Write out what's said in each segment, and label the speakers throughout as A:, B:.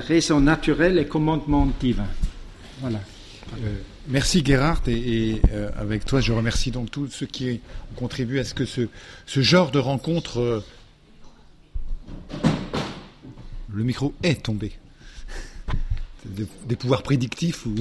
A: raison naturelle et commandement divin. Voilà.
B: Merci Gerhard, et avec toi je remercie donc tous ceux qui ont contribué à ce que ce genre de rencontre... Le micro est tombé. Des pouvoirs prédictifs ou...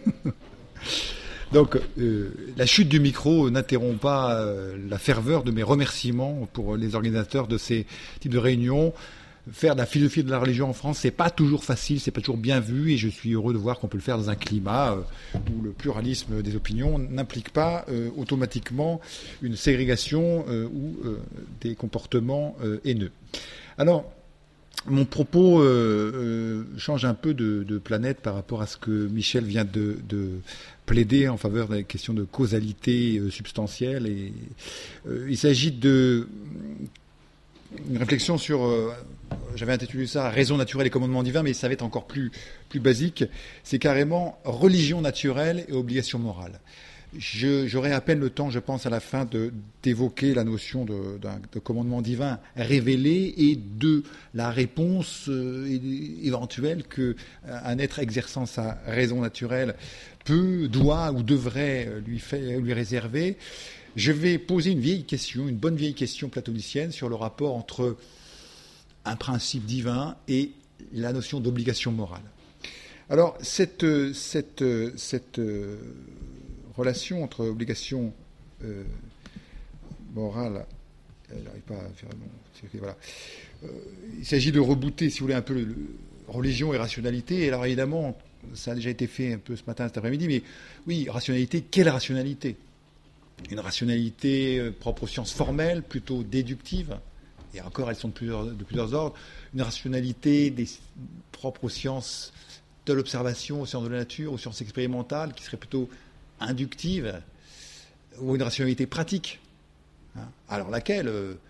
B: Donc, la chute du micro n'interrompt pas la ferveur de mes remerciements pour les organisateurs de ces types de réunions. Faire de la philosophie de la religion en France, c'est pas toujours facile, c'est pas toujours bien vu, et je suis heureux de voir qu'on peut le faire dans un climat où le pluralisme des opinions n'implique pas automatiquement une ségrégation ou des comportements haineux. Alors, mon propos change un peu de planète par rapport à ce que Michel vient de plaider en faveur des questions de causalité substantielle. Et il s'agit de une réflexion sur, j'avais intitulé ça « Raison naturelle et commandement divin », mais ça va être encore plus basique. C'est carrément religion naturelle et obligation morale. J'aurai à peine le temps, je pense, à la fin d'évoquer la notion de commandement divin révélé et de la réponse éventuelle qu'un être exerçant sa raison naturelle peut, doit ou devrait lui réserver. Je vais poser une bonne vieille question platonicienne sur le rapport entre un principe divin et la notion d'obligation morale. Alors, cette relation entre obligation morale, elle n'arrive pas à faire voilà. Il s'agit de rebooter, si vous voulez, un peu religion et rationalité. Et alors, évidemment, ça a déjà été fait un peu ce matin, cet après-midi, mais oui, rationalité, quelle rationalité ? Une rationalité propre aux sciences formelles, plutôt déductive, et encore elles sont de plusieurs ordres, une rationalité propre aux sciences de l'observation, aux sciences de la nature, aux sciences expérimentales, qui serait plutôt inductive, ou une rationalité pratique, hein, alors laquelle,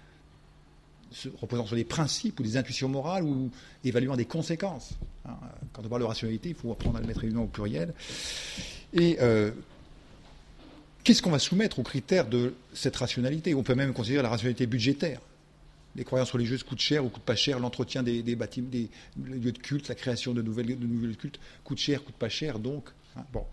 B: reposant sur des principes ou des intuitions morales ou évaluant des conséquences. Hein. Quand on parle de rationalité, il faut apprendre à le mettre évidemment au pluriel. Et qu'est-ce qu'on va soumettre aux critères de cette rationalité ? On peut même considérer la rationalité budgétaire. Les croyances religieuses coûtent cher ou coûtent pas cher, l'entretien des bâtiments, des lieux de culte, la création de nouveaux lieux de culte coûte cher, coûte pas cher, donc. Hein, bon.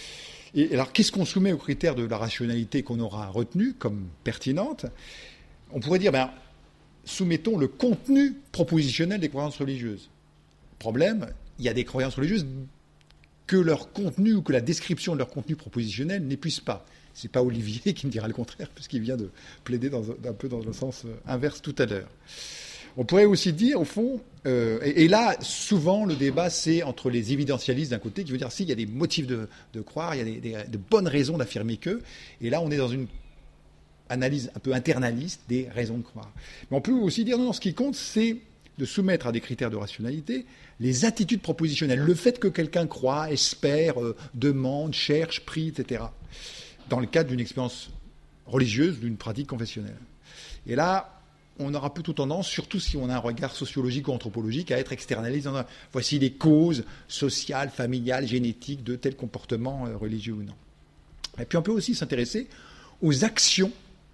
B: Et alors, qu'est-ce qu'on soumet aux critères de la rationalité qu'on aura retenu comme pertinente ? On pourrait dire, soumettons le contenu propositionnel des croyances religieuses. Problème, il y a des croyances religieuses que leur contenu ou que la description de leur contenu propositionnel n'épuise pas. C'est pas Olivier qui me dira le contraire, puisqu'il vient de plaider un peu dans le sens inverse tout à l'heure. On pourrait aussi dire, au fond, et là, souvent, le débat, c'est entre les évidentialistes d'un côté, qui veut dire, si, il y a des motifs de croire, il y a de bonnes raisons d'affirmer que, et là, on est dans une analyse un peu internaliste des raisons de croire. Mais on peut aussi dire, non, ce qui compte, c'est de soumettre à des critères de rationalité les attitudes propositionnelles, le fait que quelqu'un croit, espère, demande, cherche, prie, etc., dans le cadre d'une expérience religieuse, d'une pratique confessionnelle. Et là, on aura plutôt tendance, surtout si on a un regard sociologique ou anthropologique, à être externaliste. Voici les causes sociales, familiales, génétiques de tel comportement religieux ou non. Et puis on peut aussi s'intéresser aux actions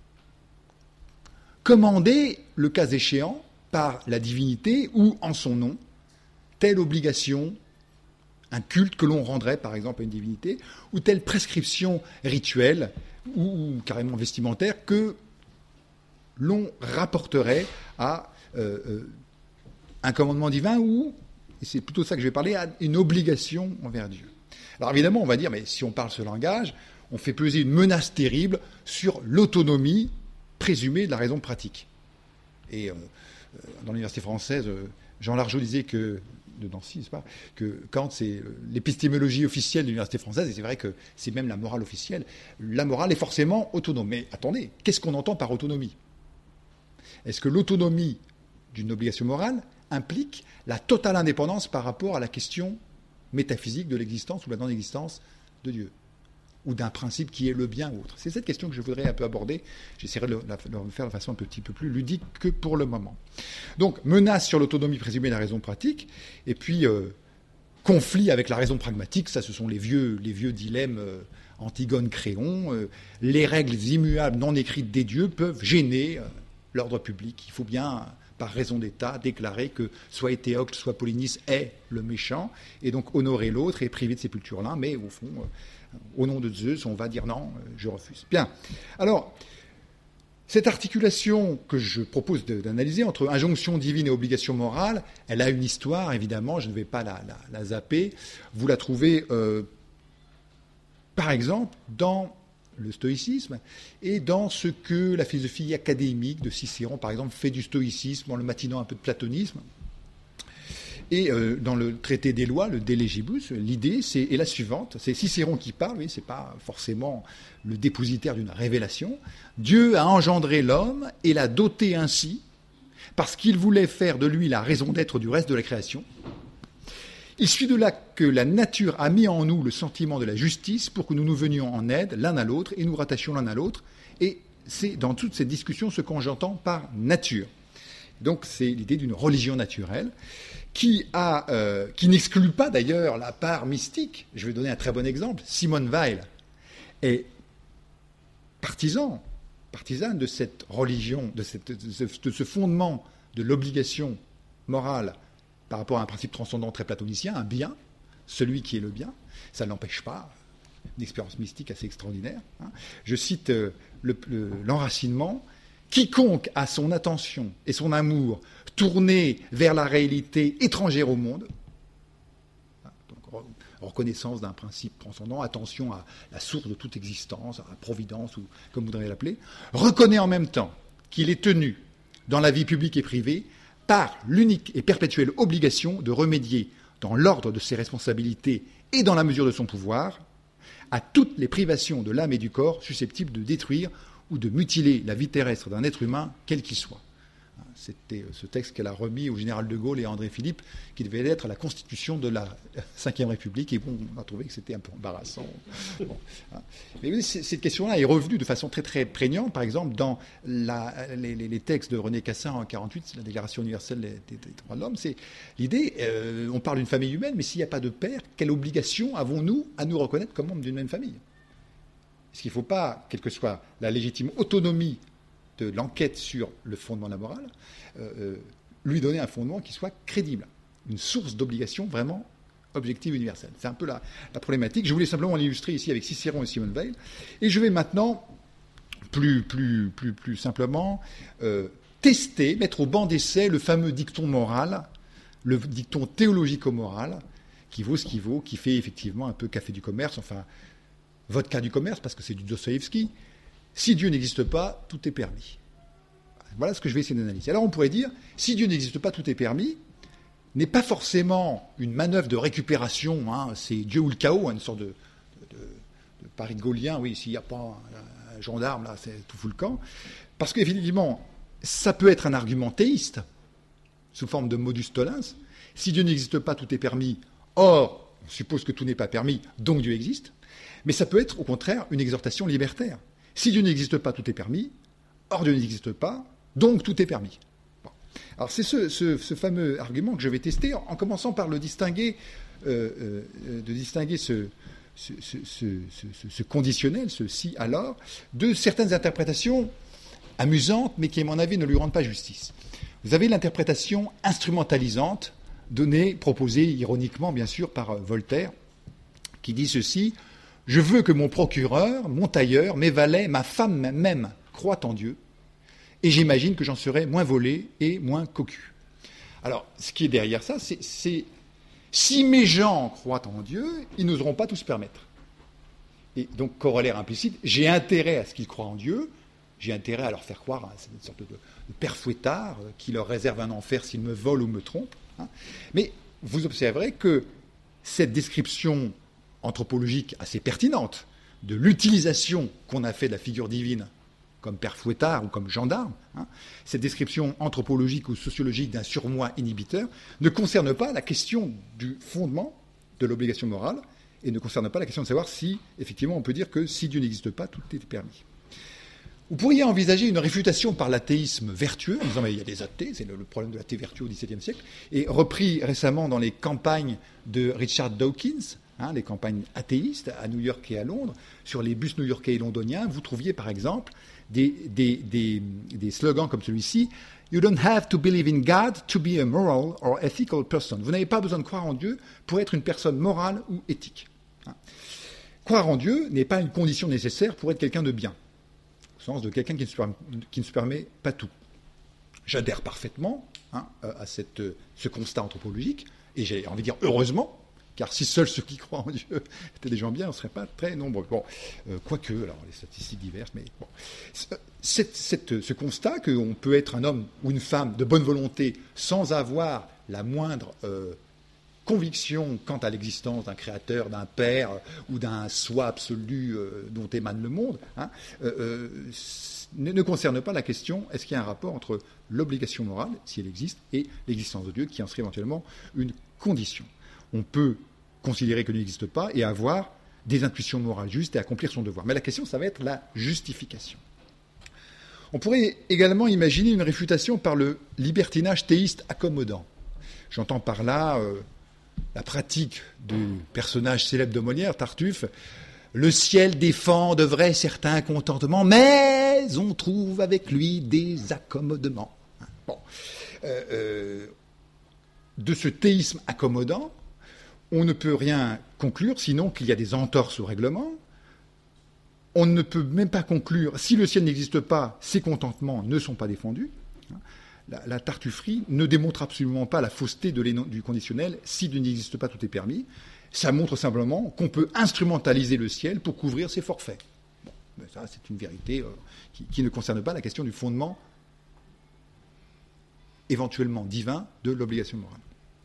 B: commandées, le cas échéant, par la divinité ou en son nom, telle obligation, un culte que l'on rendrait par exemple à une divinité, ou telle prescription rituelle ou carrément vestimentaire que l'on rapporterait à un commandement divin ou, et c'est plutôt ça que je vais parler, à une obligation envers Dieu. Alors évidemment, on va dire, mais si on parle ce langage, on fait peser une menace terrible sur l'autonomie présumée de la raison pratique. Et dans l'université française, Jean Largeau disait que, de Nancy, n'est-ce pas, que Kant, c'est l'épistémologie officielle de l'université française, et c'est vrai que c'est même la morale officielle. La morale est forcément autonome. Mais attendez, qu'est-ce qu'on entend par autonomie ? Est-ce que l'autonomie d'une obligation morale implique la totale indépendance par rapport à la question métaphysique de l'existence ou de la non-existence de Dieu ? Ou d'un principe qui est le bien ou autre. C'est cette question que je voudrais un peu aborder. J'essaierai de le faire de façon un petit peu plus ludique que pour le moment. Donc, menace sur l'autonomie présumée de la raison pratique, et puis conflit avec la raison pragmatique, ça ce sont les vieux dilemmes Antigone-Créon. Les règles immuables non écrites des dieux peuvent gêner l'ordre public. Il faut bien par raison d'État, déclarer que soit Étéocle, soit Polynice est le méchant, et donc honorer l'autre et priver de sépulture-là, mais au fond, au nom de Zeus, on va dire non, je refuse. Bien. Alors, cette articulation que je propose d'analyser entre injonction divine et obligation morale, elle a une histoire, évidemment, je ne vais pas la zapper. Vous la trouvez, par exemple, dans le stoïcisme et dans ce que la philosophie académique de Cicéron, par exemple, fait du stoïcisme en le matinant un peu de platonisme. Et dans le traité des lois, le De Legibus, l'idée est la suivante. C'est Cicéron qui parle, oui, c'est pas forcément le dépositaire d'une révélation. Dieu a engendré l'homme et l'a doté ainsi parce qu'il voulait faire de lui la raison d'être du reste de la création. Il suit de là que la nature a mis en nous le sentiment de la justice pour que nous nous venions en aide l'un à l'autre et nous rattachions l'un à l'autre. Et c'est dans toute cette discussion ce qu'on j'entends par nature. Donc c'est l'idée d'une religion naturelle qui n'exclut pas d'ailleurs la part mystique. Je vais donner un très bon exemple. Simone Weil est partisane de cette religion, de ce fondement de l'obligation morale par rapport à un principe transcendant très platonicien, un bien, celui qui est le bien. Ça ne l'empêche pas, une expérience mystique assez extraordinaire. Je cite l'enracinement. Quiconque a son attention et son amour tournés vers la réalité étrangère au monde, donc reconnaissance d'un principe transcendant, attention à la source de toute existence, à la providence, ou comme vous voudrez l'appeler, reconnaît en même temps qu'il est tenu, dans la vie publique et privée, par l'unique et perpétuelle obligation de remédier, dans l'ordre de ses responsabilités et dans la mesure de son pouvoir, à toutes les privations de l'âme et du corps susceptibles de détruire ou de mutiler la vie terrestre d'un être humain, quel qu'il soit. C'était ce texte qu'elle a remis au général de Gaulle et à André Philippe, qui devait être la constitution de la Ve République, et bon, on a trouvé que c'était un peu embarrassant. Bon, mais cette question-là est revenue de façon très très prégnante, par exemple, dans les textes de René Cassin en 1948, la Déclaration universelle des droits de l'homme. C'est l'idée, on parle d'une famille humaine, mais s'il n'y a pas de père, quelle obligation avons-nous à nous reconnaître comme membres d'une même famille ? Est-ce qu'il ne faut pas, quelle que soit la légitime autonomie de l'enquête sur le fondement de la morale, lui donner un fondement qui soit crédible, une source d'obligation vraiment objective universelle. C'est un peu la problématique. Je voulais simplement l'illustrer ici avec Cicéron et Simone Weil. Et je vais maintenant, plus simplement, tester, mettre au banc d'essai le fameux dicton moral, le dicton théologico-moral, qui vaut ce qu'il vaut, qui fait effectivement un peu café du commerce, enfin, vodka du commerce, parce que c'est du Dostoïevski. Si Dieu n'existe pas, tout est permis. Voilà ce que je vais essayer d'analyser. Alors on pourrait dire, si Dieu n'existe pas, tout est permis, n'est pas forcément une manœuvre de récupération, c'est Dieu ou le chaos, une sorte de pari de gaulien, oui, s'il n'y a pas un gendarme, là, c'est tout fout le camp. Parce qu'effectivement, ça peut être un argument théiste, sous forme de modus tollens. Si Dieu n'existe pas, tout est permis. Or, on suppose que tout n'est pas permis, donc Dieu existe. Mais ça peut être, au contraire, une exhortation libertaire. Si Dieu n'existe pas, tout est permis. Or, Dieu n'existe pas, donc tout est permis. Bon. Alors, c'est ce fameux argument que je vais tester, en commençant par le distinguer, de distinguer ce conditionnel, ce si alors, de certaines interprétations amusantes, mais qui, à mon avis, ne lui rendent pas justice. Vous avez l'interprétation instrumentalisante, proposée ironiquement, bien sûr, par Voltaire, qui dit ceci: je veux que mon procureur, mon tailleur, mes valets, ma femme même croient en Dieu, et j'imagine que j'en serai moins volé et moins cocu. Alors, ce qui est derrière ça, c'est si mes gens croient en Dieu, ils n'oseront pas tout se permettre. Et donc, corollaire implicite, j'ai intérêt à ce qu'ils croient en Dieu, j'ai intérêt à leur faire croire à une sorte de père fouettard qui leur réserve un enfer s'ils me volent ou me trompent. Mais vous observerez que cette description anthropologique assez pertinente de l'utilisation qu'on a fait de la figure divine comme père fouettard ou comme gendarme, cette description anthropologique ou sociologique d'un surmoi inhibiteur ne concerne pas la question du fondement de l'obligation morale et ne concerne pas la question de savoir si, effectivement, on peut dire que si Dieu n'existe pas, tout est permis. Vous pourriez envisager une réfutation par l'athéisme vertueux, en disant mais il y a des athées, c'est le problème de l'athée vertueux au XVIIe siècle, et repris récemment dans les campagnes de Richard Dawkins, les campagnes athéistes à New York et à Londres, sur les bus new-yorkais et londoniens, vous trouviez par exemple des slogans comme celui-ci. You don't have to believe in God to be a moral or ethical person. Vous n'avez pas besoin de croire en Dieu pour être une personne morale ou éthique. Croire en Dieu n'est pas une condition nécessaire pour être quelqu'un de bien, au sens de quelqu'un qui ne se permet pas tout. J'adhère parfaitement à ce constat anthropologique, et j'ai envie de dire heureusement, car si seuls ceux qui croient en Dieu étaient des gens bien, on ne serait pas très nombreux. Bon, quoique, alors les statistiques diverses, mais bon. Ce constat qu'on peut être un homme ou une femme de bonne volonté sans avoir la moindre conviction quant à l'existence d'un créateur, d'un père ou d'un soi absolu dont émane le monde, ne concerne pas la question est-ce qu'il y a un rapport entre l'obligation morale, si elle existe, et l'existence de Dieu, qui en serait éventuellement une condition. On peut considérer que Dieu n'existe pas et avoir des intuitions morales justes et accomplir son devoir. Mais la question, ça va être la justification. On pourrait également imaginer une réfutation par le libertinage théiste accommodant. J'entends par là la pratique du personnage célèbre de Molière, Tartuffe. Le ciel défend de vrais certains contentements, mais on trouve avec lui des accommodements. Bon. De ce théisme accommodant, on ne peut rien conclure, sinon qu'il y a des entorses au règlement. On ne peut même pas conclure, si le ciel n'existe pas, ces contentements ne sont pas défendus. La tartufferie ne démontre absolument pas la fausseté du conditionnel. Si Dieu n'existe pas, tout est permis. Ça montre simplement qu'on peut instrumentaliser le ciel pour couvrir ses forfaits. Bon, ben ça, c'est une vérité qui ne concerne pas la question du fondement éventuellement divin de l'obligation morale.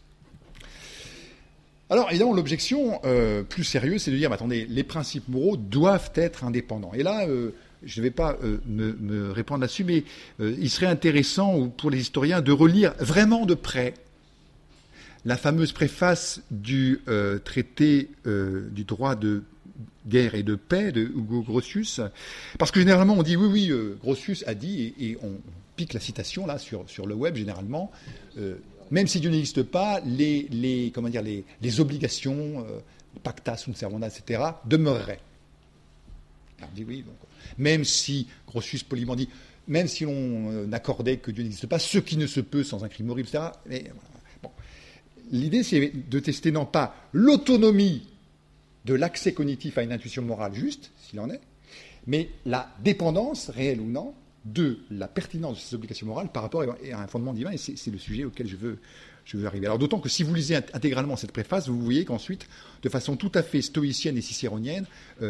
B: Alors, évidemment, l'objection plus sérieuse, c'est de dire, attendez, les principes moraux doivent être indépendants. Et là, je ne vais pas me répondre là-dessus, mais il serait intéressant pour les historiens de relire vraiment de près la fameuse préface du traité du droit de guerre et de paix de Hugo Grotius, parce que généralement on dit oui, Grotius a dit, et on pique la citation là sur le web généralement, même si Dieu n'existe pas, les obligations, pacta sunt servanda, etc., demeureraient. Alors, on dit oui, donc, même si Grotius poliment dit, même si l'on accordait que Dieu n'existe pas, ce qui ne se peut sans un crime horrible, etc., mais bon. L'idée, c'est de tester non pas l'autonomie de l'accès cognitif à une intuition morale juste, s'il en est, mais la dépendance, réelle ou non, de la pertinence de ces obligations morales par rapport à un fondement divin, et c'est le sujet auquel je veux arriver. Alors d'autant que si vous lisez intégralement cette préface, vous voyez qu'ensuite, de façon tout à fait stoïcienne et cicéronienne,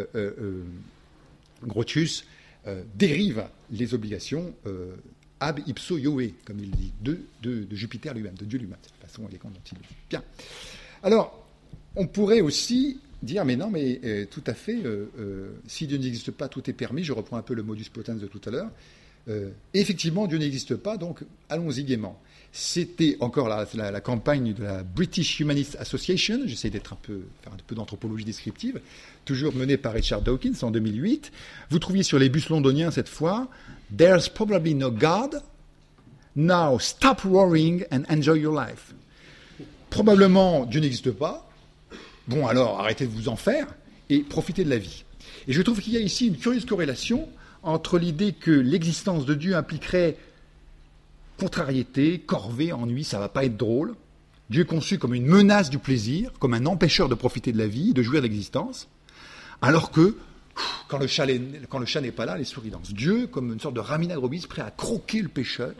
B: Grotius dérive les obligations ab ipso ioe, comme il dit, de Jupiter lui-même, de Dieu lui-même. C'est la façon élégante dont il le dit. Bien. Alors, on pourrait aussi dire, mais non, mais tout à fait, si Dieu n'existe pas, tout est permis. Je reprends un peu le modus potens de tout à l'heure. Effectivement, Dieu n'existe pas, donc allons-y gaiement. C'était encore la campagne de la British Humanist Association, j'essaie faire un peu d'anthropologie descriptive, toujours menée par Richard Dawkins en 2008. Vous trouviez sur les bus londoniens cette fois « There's probably no God. Now stop worrying and enjoy your life ». Probablement, Dieu n'existe pas. Bon, alors, arrêtez de vous en faire et profitez de la vie. Et je trouve qu'il y a ici une curieuse corrélation entre l'idée que l'existence de Dieu impliquerait contrariété, corvée, ennui, ça ne va pas être drôle. Dieu est conçu comme une menace du plaisir, comme un empêcheur de profiter de la vie, de jouir de l'existence, alors que quand le chat n'est pas là, les souris dansent. Dieu comme une sorte de raminadrobis prêt à croquer le pécheur.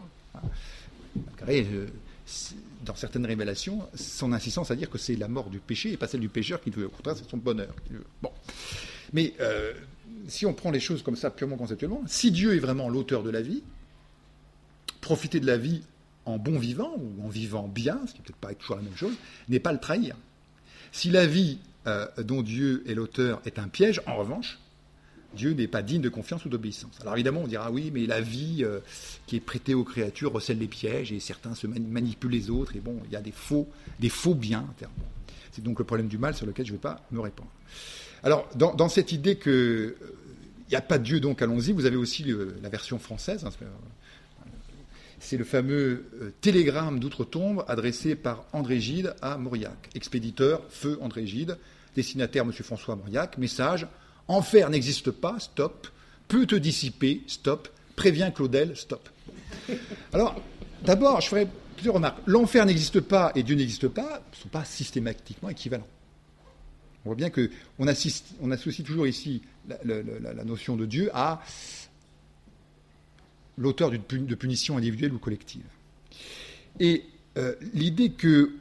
B: Dans certaines révélations, son insistance à dire que c'est la mort du péché et pas celle du pécheur qui veut. Au contraire, c'est son bonheur. Bon. Mais si on prend les choses comme ça purement conceptuellement, si Dieu est vraiment l'auteur de la vie, profiter de la vie en bon vivant ou en vivant bien, ce qui peut-être pas toujours la même chose, n'est pas le trahir. Si la vie dont Dieu est l'auteur est un piège, en revanche, Dieu n'est pas digne de confiance ou d'obéissance. Alors évidemment, on dira, oui, mais la vie qui est prêtée aux créatures recèle les pièges et certains se manipulent les autres, et bon, il y a des faux biens. C'est donc le problème du mal sur lequel je ne vais pas me répandre. Alors, dans cette idée qu'il n'y a pas de Dieu, donc allons-y, vous avez aussi la version française, c'est le fameux télégramme d'outre-tombe adressé par André Gide à Mauriac. Expéditeur, feu André Gide, destinataire M. François Mauriac, message, enfer n'existe pas, stop, peut te dissiper, stop. Préviens Claudel, stop. Alors, d'abord, je ferai plusieurs remarques. L'enfer n'existe pas et Dieu n'existe pas ne sont pas systématiquement équivalents. On voit bien qu'on associe toujours ici la notion de Dieu à l'auteur de punition individuelle ou collective. Et l'idée que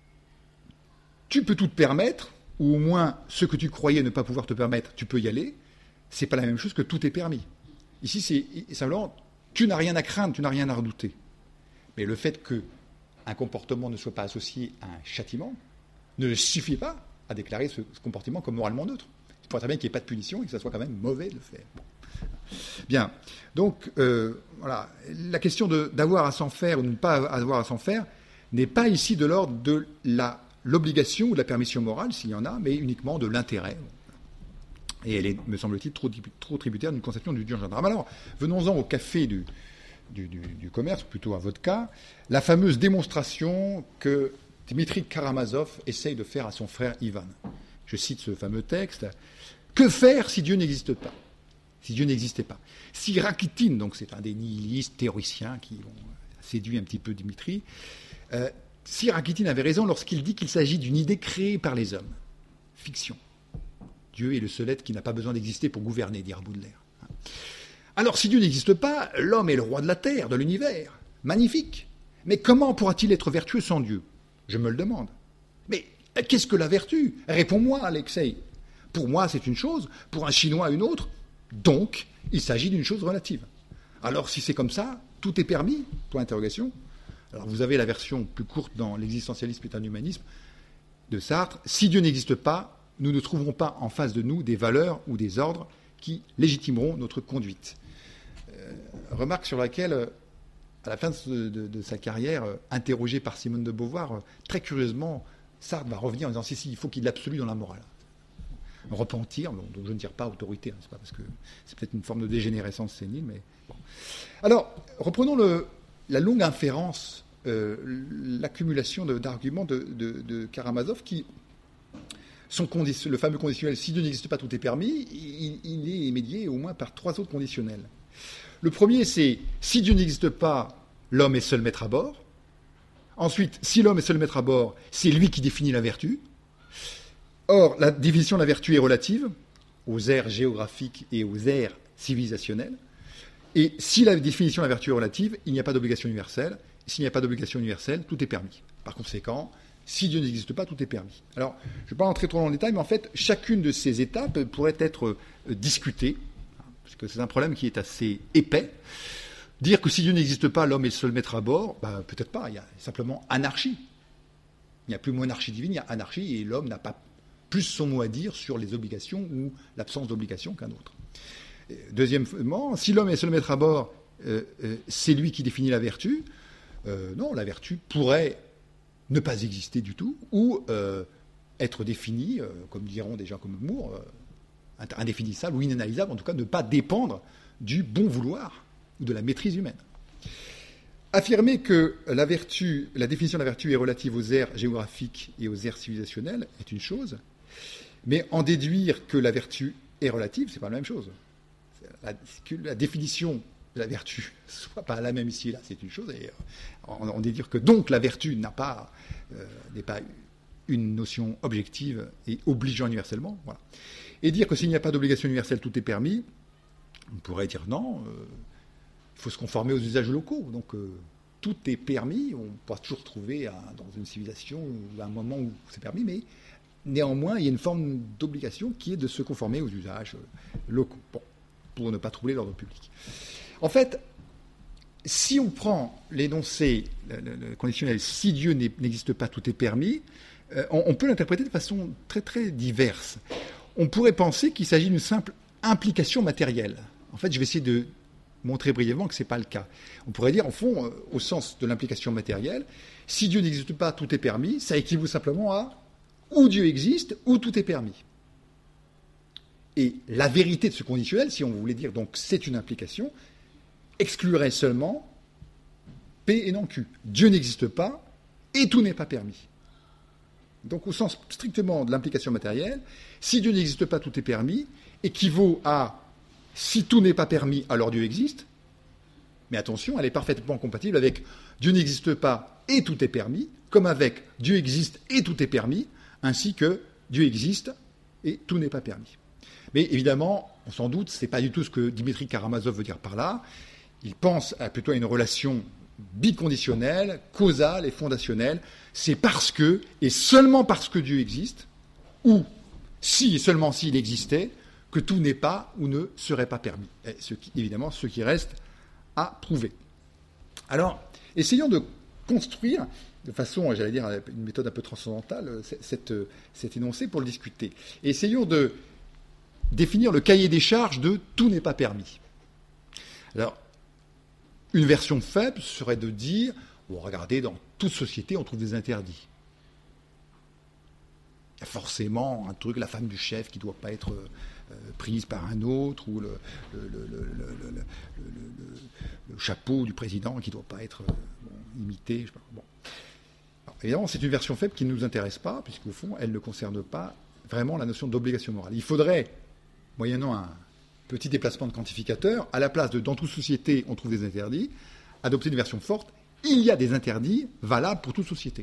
B: tu peux tout te permettre, ou au moins ce que tu croyais ne pas pouvoir te permettre, tu peux y aller, c'est pas la même chose que tout est permis. Ici, c'est simplement, tu n'as rien à craindre, tu n'as rien à redouter. Mais le fait qu'un comportement ne soit pas associé à un châtiment ne suffit pas à déclarer ce comportement comme moralement neutre. Il pourrait très bien qu'il n'y ait pas de punition et que ça soit quand même mauvais de le faire. Bon. Bien. Donc, voilà. La question d'avoir à s'en faire ou de ne pas avoir à s'en faire n'est pas ici de l'ordre de l'obligation ou de la permission morale, s'il y en a, mais uniquement de l'intérêt. Et elle est, me semble-t-il, trop tributaire d'une conception du Dieu en général. Alors, venons-en au café du commerce, plutôt à votre cas, la fameuse démonstration que Dmitri Karamazov essaye de faire à son frère Ivan. Je cite ce fameux texte. Que faire si Dieu n'existe pas ? Si Dieu n'existait pas. Si Rakitin, donc c'est un des nihilistes théoriciens qui ont séduit un petit peu Dmitri, si Rakitin avait raison lorsqu'il dit qu'il s'agit d'une idée créée par les hommes, fiction. Dieu est le seul être qui n'a pas besoin d'exister pour gouverner, dira Baudelaire. Alors, si Dieu n'existe pas, l'homme est le roi de la terre, de l'univers. Magnifique. Mais comment pourra-t-il être vertueux sans Dieu ? Je me le demande. Mais qu'est-ce que la vertu ? Réponds-moi, Alexei. Pour moi, c'est une chose, pour un Chinois, une autre. Donc, il s'agit d'une chose relative. Alors, si c'est comme ça, tout est permis ? Point d'interrogation. Alors, vous avez la version plus courte dans l'existentialisme et un humanisme de Sartre. Si Dieu n'existe pas, nous ne trouverons pas en face de nous des valeurs ou des ordres qui légitimeront notre conduite. Remarque sur laquelle, à la fin de sa carrière, interrogé par Simone de Beauvoir, très curieusement, Sartre va revenir en disant si, il faut qu'il y ait de l'absolu dans la morale. Repentir, donc je ne tire pas autorité, c'est pas parce que c'est peut-être une forme de dégénérescence sénile, mais bon. Alors, reprenons la longue inférence, l'accumulation d'arguments de Karamazov qui le fameux conditionnel, si Dieu n'existe pas, tout est permis, il est médié au moins par 3 autres conditionnels. Le premier, c'est si Dieu n'existe pas, l'homme est seul maître à bord. Ensuite, si l'homme est seul maître à bord, c'est lui qui définit la vertu. Or, la définition de la vertu est relative aux aires géographiques et aux aires civilisationnelles. Et si la définition de la vertu est relative, il n'y a pas d'obligation universelle. S'il n'y a pas d'obligation universelle, tout est permis. Par conséquent, si Dieu n'existe pas, tout est permis. Alors, je ne vais pas entrer trop dans le détail, mais en fait, chacune de ces étapes pourrait être discutée, parce que c'est un problème qui est assez épais. Dire que si Dieu n'existe pas, l'homme est le seul maître à bord, peut-être pas, il y a simplement anarchie. Il n'y a plus monarchie divine, il y a anarchie, et l'homme n'a pas plus son mot à dire sur les obligations ou l'absence d'obligations qu'un autre. Deuxièmement, si l'homme est le seul maître à bord, c'est lui qui définit la vertu. Non, la vertu pourrait ne pas exister du tout, ou être définie, comme diront des gens comme Moore, indéfinissable ou inanalysable, en tout cas ne pas dépendre du bon vouloir ou de la maîtrise humaine. Affirmer que la définition de la vertu est relative aux aires géographiques et aux aires civilisationnelles est une chose, mais en déduire que la vertu est relative, c'est pas la même chose. Que la définition de la vertu soit pas la même ici et là, c'est une chose, et en déduire que donc la vertu n'est pas une notion objective et obligeant universellement, voilà. Et dire que s'il n'y a pas d'obligation universelle, tout est permis, on pourrait dire non, il faut se conformer aux usages locaux, donc tout est permis, on pourra toujours trouver dans une civilisation un moment où c'est permis, mais néanmoins il y a une forme d'obligation qui est de se conformer aux usages locaux, bon, pour ne pas troubler l'ordre public. En fait, si on prend l'énoncé, le conditionnel, si Dieu n'existe pas, tout est permis, on peut l'interpréter de façon très très diverse. On pourrait penser qu'il s'agit d'une simple implication matérielle. En fait, je vais essayer de montrer brièvement que ce n'est pas le cas. On pourrait dire, en fond, au sens de l'implication matérielle, si Dieu n'existe pas, tout est permis, ça équivaut simplement à ou Dieu existe, ou tout est permis. Et la vérité de ce conditionnel, si on voulait dire donc c'est une implication, exclurait seulement P et non Q. Dieu n'existe pas et tout n'est pas permis. Donc au sens strictement de l'implication matérielle, si Dieu n'existe pas, tout est permis, équivaut à si tout n'est pas permis, alors Dieu existe. Mais attention, elle est parfaitement compatible avec Dieu n'existe pas et tout est permis, comme avec Dieu existe et tout est permis, ainsi que Dieu existe et tout n'est pas permis. Mais évidemment, on s'en doute, ce n'est pas du tout ce que Dimitri Karamazov veut dire par là. Il pense plutôt à une relation biconditionnelle, causale et fondationnelle. C'est parce que, et seulement parce que Dieu existe, ou si et seulement s'il existait, que tout n'est pas ou ne serait pas permis. Et évidemment, ce qui reste à prouver. Alors, essayons de construire, de façon, j'allais dire, une méthode un peu transcendantale, cet énoncé pour le discuter. Et essayons de définir le cahier des charges de « tout n'est pas permis ». Alors, une version faible serait de dire, bon, regardez, dans toute société, on trouve des interdits. Il y a forcément un truc, la femme du chef qui ne doit pas être prise par un autre, ou le chapeau du président qui ne doit pas être imité. Je sais pas. Bon. Alors, évidemment, c'est une version faible qui ne nous intéresse pas, puisqu'au fond, elle ne concerne pas vraiment la notion d'obligation morale. Il faudrait, moyennant un petit déplacement de quantificateur, à la place de « dans toute société, on trouve des interdits », adopter une version forte, il y a des interdits valables pour toute société.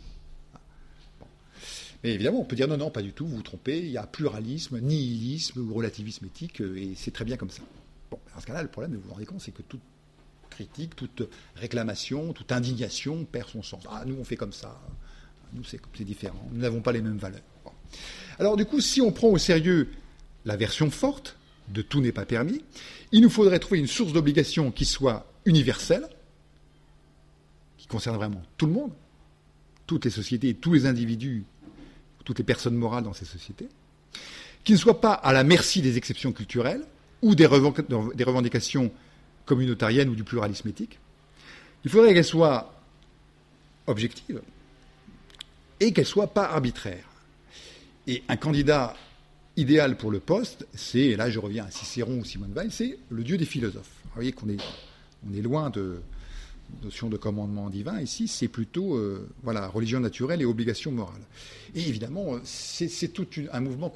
B: Mais évidemment, on peut dire non, pas du tout, vous vous trompez, il y a pluralisme, nihilisme ou relativisme éthique, et c'est très bien comme ça. Bon, dans ce cas-là, le problème, vous vous rendez compte, c'est que toute critique, toute réclamation, toute indignation perd son sens. Ah, nous, on fait comme ça, nous, c'est différent, nous n'avons pas les mêmes valeurs. Bon. Alors, du coup, si on prend au sérieux la version forte de tout n'est pas permis, il nous faudrait trouver une source d'obligation qui soit universelle, qui concerne vraiment tout le monde, toutes les sociétés, tous les individus, toutes les personnes morales dans ces sociétés, qui ne soit pas à la merci des exceptions culturelles ou des revendications communautariennes ou du pluralisme éthique. Il faudrait qu'elle soit objective et qu'elle ne soit pas arbitraire. Et un candidat idéal pour le poste, c'est, et là je reviens à Cicéron ou Simone Weil, c'est le dieu des philosophes. Vous voyez qu'on est loin de notion de commandement divin. Ici, c'est plutôt religion naturelle et obligation morale. Et évidemment, c'est tout un mouvement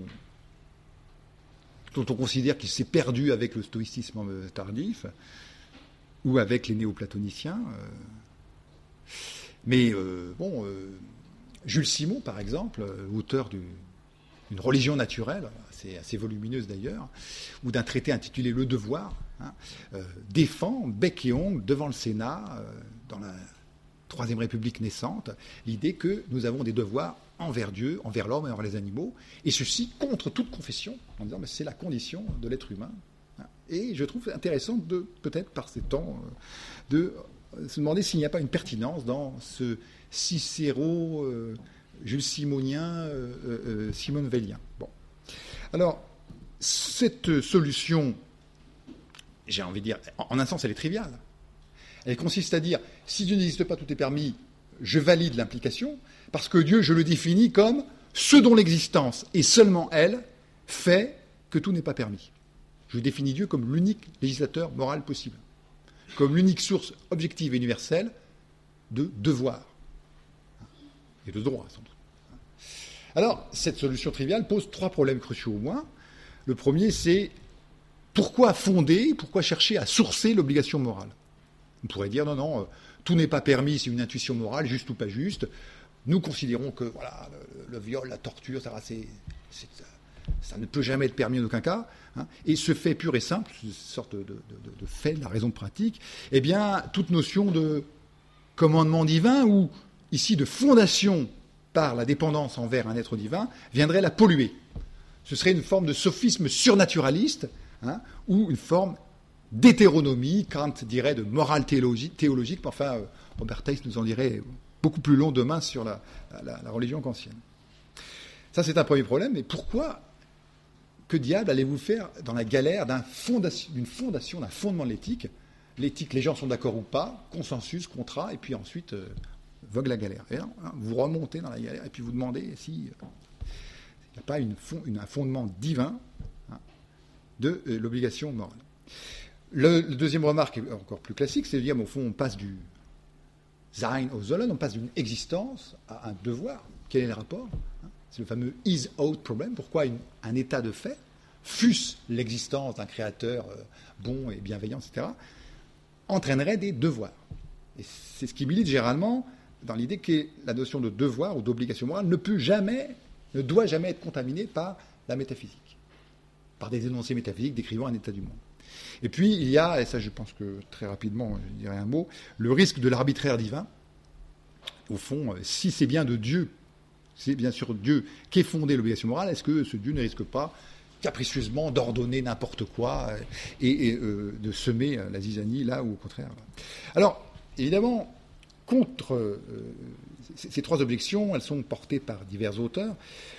B: dont on considère qu'il s'est perdu avec le stoïcisme tardif ou avec les néoplatoniciens. Mais Jules Simon, par exemple, auteur d'une religion naturelle, c'est assez volumineuse d'ailleurs, ou d'un traité intitulé Le Devoir, défend bec et ongle devant le Sénat, dans la Troisième République naissante, l'idée que nous avons des devoirs envers Dieu, envers l'homme et envers les animaux, et ceci contre toute confession, en disant mais c'est la condition de l'être humain. Et je trouve intéressant de, peut-être par ces temps, de se demander s'il n'y a pas une pertinence dans ce Cicéro, Jules Simonien, Simone Weilien. Bon. Alors, cette solution, j'ai envie de dire, en un sens, elle est triviale. Elle consiste à dire, si Dieu n'existe pas, tout est permis, je valide l'implication, parce que Dieu, je le définis comme ce dont l'existence, et seulement elle, fait que tout n'est pas permis. Je définis Dieu comme l'unique législateur moral possible, comme l'unique source objective et universelle de devoir, et de droit, sans doute. Alors, cette solution triviale pose 3 problèmes cruciaux au moins. Le premier, c'est pourquoi fonder, pourquoi chercher à sourcer l'obligation morale ? On pourrait dire, non, tout n'est pas permis, c'est une intuition morale, juste ou pas juste. Nous considérons que voilà, le viol, la torture, ça ne peut jamais être permis en aucun cas. Et ce fait pur et simple, une sorte de fait de la raison pratique, eh bien, toute notion de commandement divin ou ici de fondation par la dépendance envers un être divin viendrait la polluer. Ce serait une forme de sophisme surnaturaliste ou une forme d'hétéronomie, Kant dirait de morale théologique, mais enfin, Robert Tace nous en dirait beaucoup plus long demain sur la religion kantienne. Ça, c'est un premier problème. Mais pourquoi, que diable allez-vous faire dans la galère d'une fondation, d'un fondement de l'éthique ? L'éthique, les gens sont d'accord ou pas, consensus, contrat, et puis ensuite vogue la galère. Et non, vous remontez dans la galère, et puis vous demandez s'il n'y a pas un fondement divin de l'obligation morale. Le deuxième remarque est encore plus classique, c'est de dire, mais au fond, on passe du Sein au Sollen, on passe d'une existence à un devoir. Quel est le rapport ? C'est le fameux is-out problem. Pourquoi un état de fait fût-ce l'existence d'un créateur bon et bienveillant, etc., entraînerait des devoirs. Et c'est ce qui milite généralement dans l'idée que la notion de devoir ou d'obligation morale ne doit jamais être contaminée par la métaphysique, par des énoncés métaphysiques décrivant un état du monde. Et puis, il y a, et ça je pense que très rapidement, je dirais un mot, le risque de l'arbitraire divin. Au fond, si c'est bien de Dieu, c'est bien sûr Dieu qu'est fondée l'obligation morale, est-ce que ce Dieu ne risque pas capricieusement d'ordonner n'importe quoi et de semer la zizanie là où au contraire. Alors, évidemment, contre ces trois objections, elles sont portées par divers auteurs.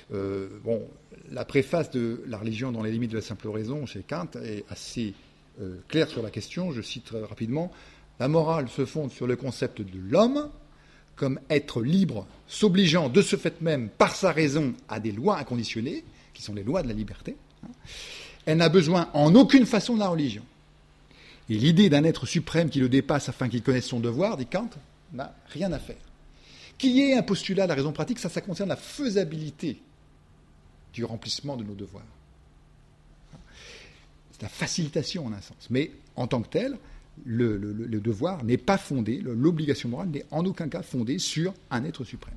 B: La préface de La religion dans les limites de la simple raison chez Kant est assez claire sur la question. Je cite très rapidement: la morale se fonde sur le concept de l'homme comme être libre, s'obligeant de ce fait même par sa raison à des lois inconditionnées, qui sont les lois de la liberté. Elle n'a besoin en aucune façon de la religion. Et l'idée d'un être suprême qui le dépasse afin qu'il connaisse son devoir, dit Kant, n'a rien à faire. Qu'il y ait un postulat de la raison pratique, ça concerne la faisabilité du remplissement de nos devoirs. C'est la facilitation en un sens. Mais en tant que tel, le devoir n'est pas fondé, l'obligation morale n'est en aucun cas fondée sur un être suprême.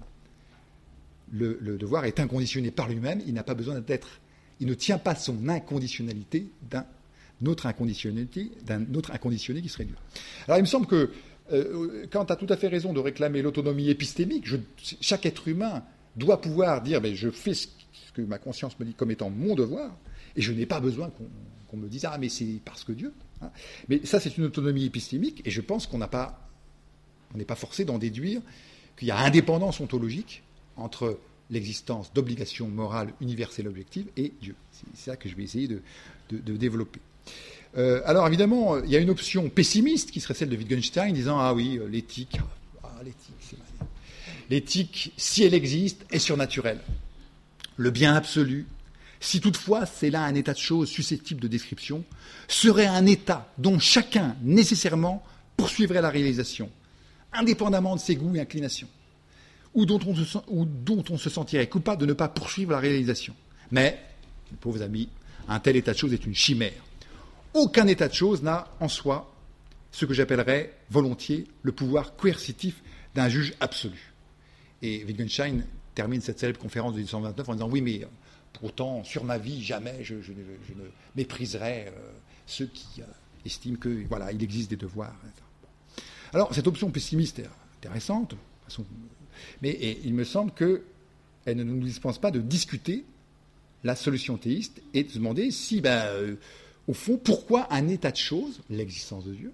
B: Le devoir est inconditionné par lui-même, il n'a pas besoin d'être. Il ne tient pas son inconditionnalité d'un autre inconditionné qui serait Dieu. Alors il me semble que Kant a tout à fait raison de réclamer l'autonomie épistémique. Chaque être humain doit pouvoir dire je fais ce que ma conscience me dit comme étant mon devoir, et je n'ai pas besoin qu'on me dise mais c'est parce que Dieu. Mais ça c'est une autonomie épistémique, et je pense on n'est pas forcé d'en déduire qu'il y a indépendance ontologique entre l'existence d'obligations morales universelles objectives et Dieu. C'est ça que je vais essayer de développer. Alors évidemment, il y a une option pessimiste qui serait celle de Wittgenstein, disant l'éthique, c'est mal. L'éthique, si elle existe, est surnaturelle. Le bien absolu, si toutefois c'est là un état de choses susceptible de description, serait un état dont chacun nécessairement poursuivrait la réalisation, indépendamment de ses goûts et inclinations, ou dont on se sentirait coupable de ne pas poursuivre la réalisation. Mais, mes pauvres amis, un tel état de choses est une chimère. Aucun état de choses n'a en soi ce que j'appellerais volontiers le pouvoir coercitif d'un juge absolu. Et Wittgenstein termine cette célèbre conférence de 1829 en disant oui, mais pour autant, sur ma vie, jamais je ne mépriserai ceux qui estiment que il existe des devoirs. Alors, cette option pessimiste est intéressante, mais il me semble qu'elle ne nous dispense pas de discuter la solution théiste et de se demander si, au fond, pourquoi un état de choses, l'existence de Dieu,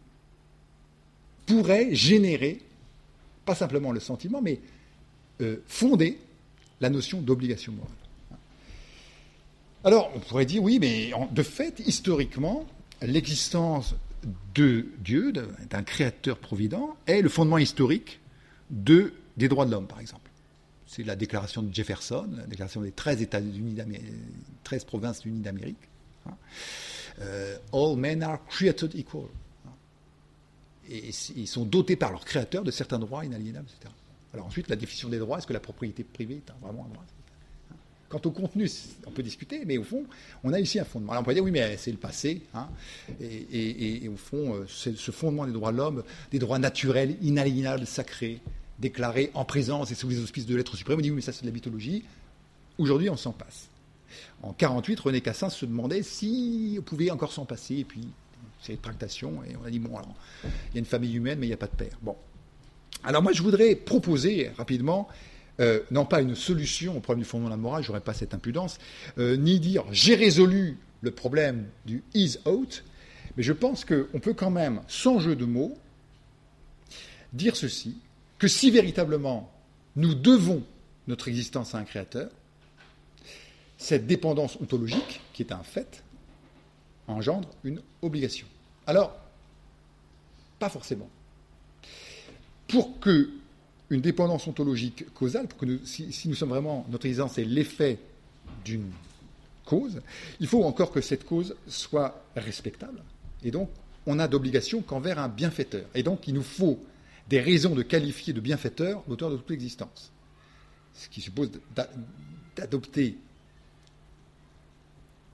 B: pourrait générer, pas simplement le sentiment, mais fonder la notion d'obligation morale. Alors, on pourrait dire, oui, mais de fait, historiquement, l'existence de Dieu, d'un créateur provident, est le fondement historique des droits de l'homme, par exemple. C'est la déclaration de Jefferson, la déclaration des 13 provinces unies d'Amérique. All men are created equal. Et ils sont dotés par leur créateur de certains droits inaliénables, etc. Alors ensuite, la définition des droits, est-ce que la propriété privée est vraiment un droit ? Quant au contenu, on peut discuter, mais au fond, on a ici un fondement. Alors on pourrait dire, oui, mais c'est le passé, et au fond, c'est ce fondement des droits de l'homme, des droits naturels, inaliénables, sacrés, déclarés en présence et sous les auspices de l'être suprême. On dit, oui, mais ça c'est de la mythologie. Aujourd'hui, on s'en passe. En 1948, René Cassin se demandait si on pouvait encore s'en passer, et puis c'est une tractation, et on a dit, bon, alors, il y a une famille humaine, mais il n'y a pas de père. Bon. Alors moi, je voudrais proposer rapidement, non pas une solution au problème du fondement de la morale, j'aurais pas cette impudence, ni dire j'ai résolu le problème du is-out, mais je pense qu'on peut quand même, sans jeu de mots, dire ceci, que si véritablement nous devons notre existence à un créateur, cette dépendance ontologique, qui est un fait, engendre une obligation. Alors, pas forcément. Pour que une dépendance ontologique causale, pour que si nous sommes vraiment, notre existence est l'effet d'une cause, il faut encore que cette cause soit respectable. Et donc, on a d'obligation qu'envers un bienfaiteur. Et donc, il nous faut des raisons de qualifier de bienfaiteur l'auteur de toute l'existence. Ce qui suppose d'adopter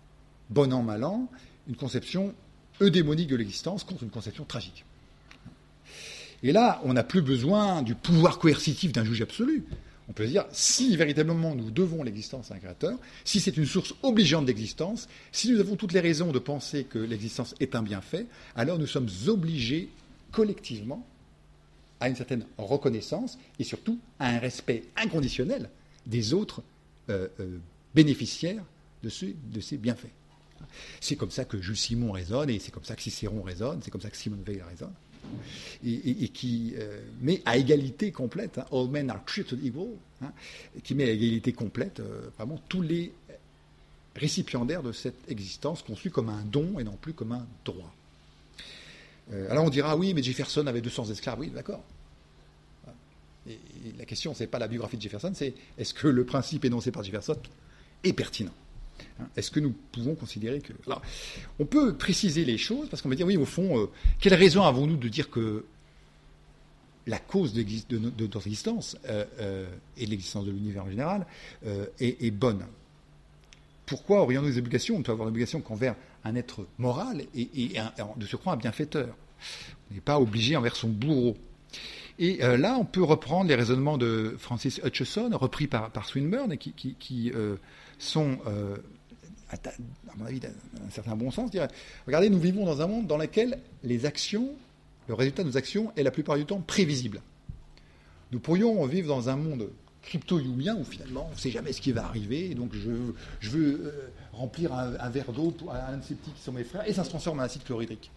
B: bon an, mal an, une conception eudémonique de l'existence contre une conception tragique. Et là, on n'a plus besoin du pouvoir coercitif d'un juge absolu. On peut se dire, si véritablement nous devons l'existence à un créateur, si c'est une source obligeante d'existence, si nous avons toutes les raisons de penser que l'existence est un bienfait, alors nous sommes obligés collectivement à une certaine reconnaissance et surtout à un respect inconditionnel des autres bénéficiaires de ces bienfaits. C'est comme ça que Jules Simon raisonne, et c'est comme ça que Cicéron raisonne, c'est comme ça que Simone Weil raisonne, et qui met à égalité complète, all men are created equal, qui met à égalité complète vraiment tous les récipiendaires de cette existence conçue comme un don et non plus comme un droit. Alors on dira, oui, mais Jefferson avait 200 esclaves, oui, d'accord. Et la question, ce n'est pas la biographie de Jefferson, c'est est-ce que le principe énoncé par Jefferson est pertinent ? Est-ce que nous pouvons considérer que... Alors, on peut préciser les choses, parce qu'on va dire, oui, au fond, quelle raison avons-nous de dire que la cause de notre existence, et de l'existence de l'univers en général, est bonne ? Pourquoi aurions-nous des obligations ? On peut avoir l'obligation qu'envers un être moral et de surcroît un bienfaiteur. On n'est pas obligé envers son bourreau. Et là, on peut reprendre les raisonnements de Francis Hutcheson, repris par Swinburne, et qui sont, à mon avis, d'un certain bon sens. Regardez, nous vivons dans un monde dans lequel les actions, le résultat de nos actions est la plupart du temps prévisible. Nous pourrions vivre dans un monde crypto-youmien où finalement on ne sait jamais ce qui va arriver, et donc je veux remplir un verre d'eau à un de ces petits qui sont mes frères, et ça se transforme en acide chlorhydrique.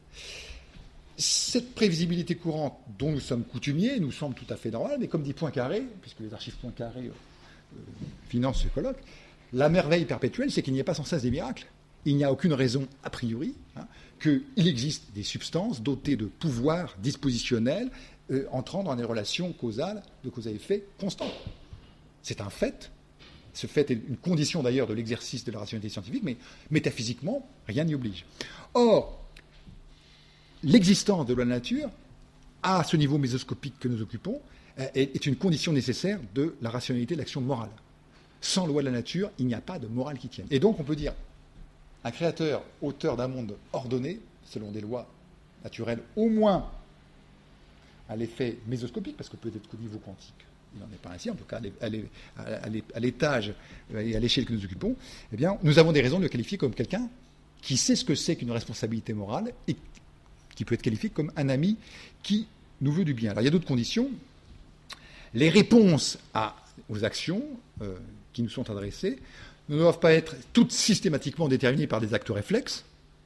B: Cette prévisibilité courante dont nous sommes coutumiers nous semble tout à fait normale, mais comme dit Poincaré, puisque les archives Poincaré financent ce colloque, la merveille perpétuelle, c'est qu'il n'y a pas sans cesse des miracles. Il n'y a aucune raison a priori qu'il existe des substances dotées de pouvoirs dispositionnels entrant dans des relations causales de cause à effet constantes. C'est un fait. Ce fait est une condition d'ailleurs de l'exercice de la rationalité scientifique, mais métaphysiquement, rien n'y oblige. Or, l'existence de la nature, à ce niveau mésoscopique que nous occupons, est une condition nécessaire de la rationalité de l'action morale. Sans loi de la nature, il n'y a pas de morale qui tienne. Et donc, on peut dire, un créateur, auteur d'un monde ordonné, selon des lois naturelles, au moins à l'effet mésoscopique, parce que peut-être qu'au niveau quantique, il n'en est pas ainsi, en tout cas à l'étage et à l'échelle que nous occupons, eh bien, nous avons des raisons de le qualifier comme quelqu'un qui sait ce que c'est qu'une responsabilité morale et qui peut être qualifié comme un ami qui nous veut du bien. Alors il y a d'autres conditions. Les réponses aux actions qui nous sont adressées ne doivent pas être toutes systématiquement déterminées par des actes réflexes,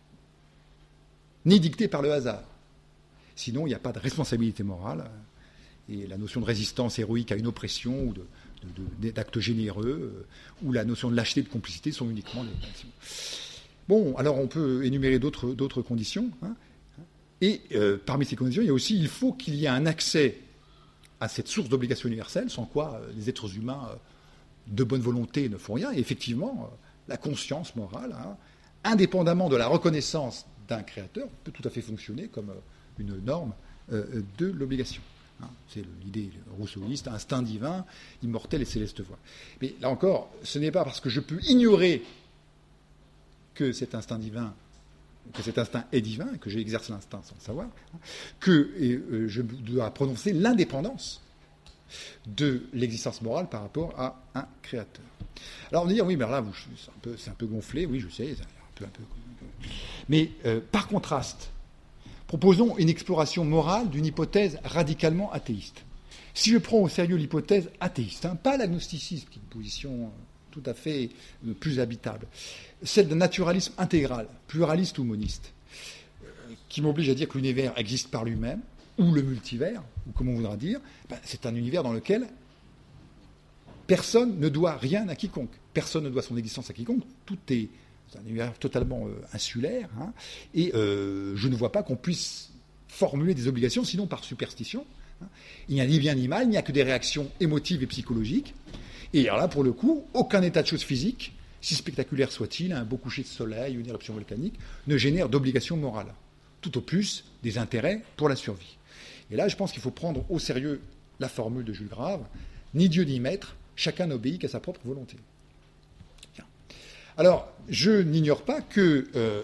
B: ni dictées par le hasard. Sinon, il n'y a pas de responsabilité morale. Et la notion de résistance héroïque à une oppression ou d'actes généreux, ou la notion de lâcheté, de complicité sont uniquement des actions. Bon, alors on peut énumérer d'autres conditions. Et parmi ces conditions, il faut qu'il y ait un accès à cette source d'obligation universelle, sans quoi les êtres humains de bonne volonté ne font rien. Et effectivement, la conscience morale, indépendamment de la reconnaissance d'un créateur, peut tout à fait fonctionner comme une norme de l'obligation. C'est l'idée rousseauiste, instinct divin, immortel et céleste voix. Mais là encore, ce n'est pas parce que je peux ignorer que cet instinct divin, que cet instinct est divin, que j'exerce l'instinct sans le savoir, que je dois prononcer l'indépendance de l'existence morale par rapport à un créateur. Alors on va dire, oui, mais là, c'est un peu gonflé, oui, je sais, c'est un peu. Mais par contraste, proposons une exploration morale d'une hypothèse radicalement athéiste. Si je prends au sérieux l'hypothèse athéiste, pas l'agnosticisme, qui est une position tout à fait plus habitable, celle d'un naturalisme intégral, pluraliste ou moniste, qui m'oblige à dire que l'univers existe par lui-même, ou le multivers, ou comme on voudra dire, c'est un univers dans lequel personne ne doit rien à quiconque. Personne ne doit son existence à quiconque. C'est un univers totalement insulaire, et je ne vois pas qu'on puisse formuler des obligations, sinon par superstition. Il n'y a ni bien ni mal, il n'y a que des réactions émotives et psychologiques. Et alors là, pour le coup, aucun état de choses physique, si spectaculaire soit-il, un beau coucher de soleil, une éruption volcanique, ne génère d'obligations morales. Tout au plus, des intérêts pour la survie. Et là, je pense qu'il faut prendre au sérieux la formule de Jules Grave, ni Dieu ni maître, chacun n'obéit qu'à sa propre volonté. Bien. Alors, je n'ignore pas que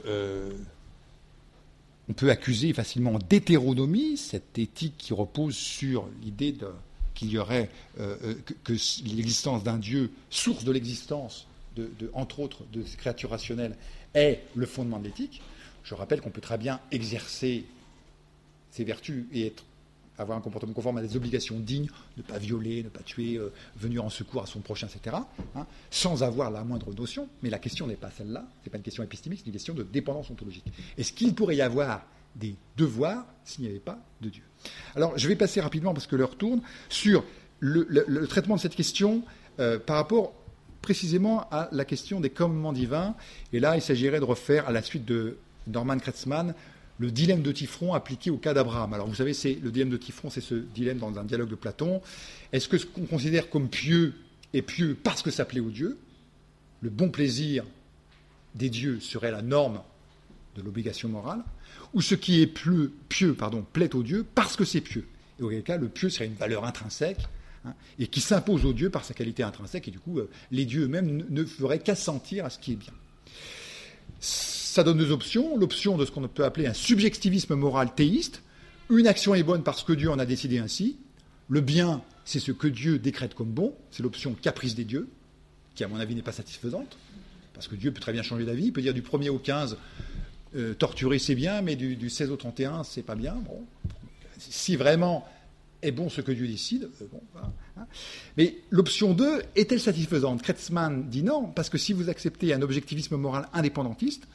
B: on peut accuser facilement d'hétéronomie cette éthique qui repose sur l'idée qu'il y aurait que l'existence d'un Dieu, source de l'existence, entre autres, de ces créatures rationnelles, est le fondement de l'éthique. Je rappelle qu'on peut très bien exercer ces vertus et avoir un comportement conforme à des obligations dignes, ne pas violer, ne pas tuer, venir en secours à son prochain, etc., sans avoir la moindre notion. Mais la question n'est pas celle-là, ce n'est pas une question épistémique, c'est une question de dépendance ontologique. Est-ce qu'il pourrait y avoir des devoirs s'il n'y avait pas de Dieu? Alors, je vais passer rapidement, parce que l'heure tourne, sur le traitement de cette question par rapport précisément à la question des commandements divins. Et là, il s'agirait de refaire, à la suite de Norman Kretschmann, le dilemme de Tifron appliqué au cas d'Abraham. Alors vous savez, le dilemme de Tifron, c'est ce dilemme dans un dialogue de Platon. Est-ce que ce qu'on considère comme pieux est pieux parce que ça plaît aux dieux? Le bon plaisir des dieux serait la norme de l'obligation morale? Ou ce qui est pieux plaît aux dieux parce que c'est pieux? Et auquel cas, le pieux serait une valeur intrinsèque et qui s'impose aux dieux par sa qualité intrinsèque. Et du coup, les dieux eux-mêmes ne feraient qu'assentir à ce qui est bien. Ça donne deux options. L'option de ce qu'on peut appeler un subjectivisme moral théiste. Une action est bonne parce que Dieu en a décidé ainsi. Le bien, c'est ce que Dieu décrète comme bon. C'est l'option caprice des dieux, qui à mon avis n'est pas satisfaisante. Parce que Dieu peut très bien changer d'avis. Il peut dire du 1er au 15, torturer c'est bien, mais du 16 au 31, c'est pas bien. Bon. Si vraiment est bon ce que Dieu décide, bon, voilà. Mais l'option 2 est-elle satisfaisante? Kretschmann dit non, parce que si vous acceptez un objectivisme moral indépendantiste,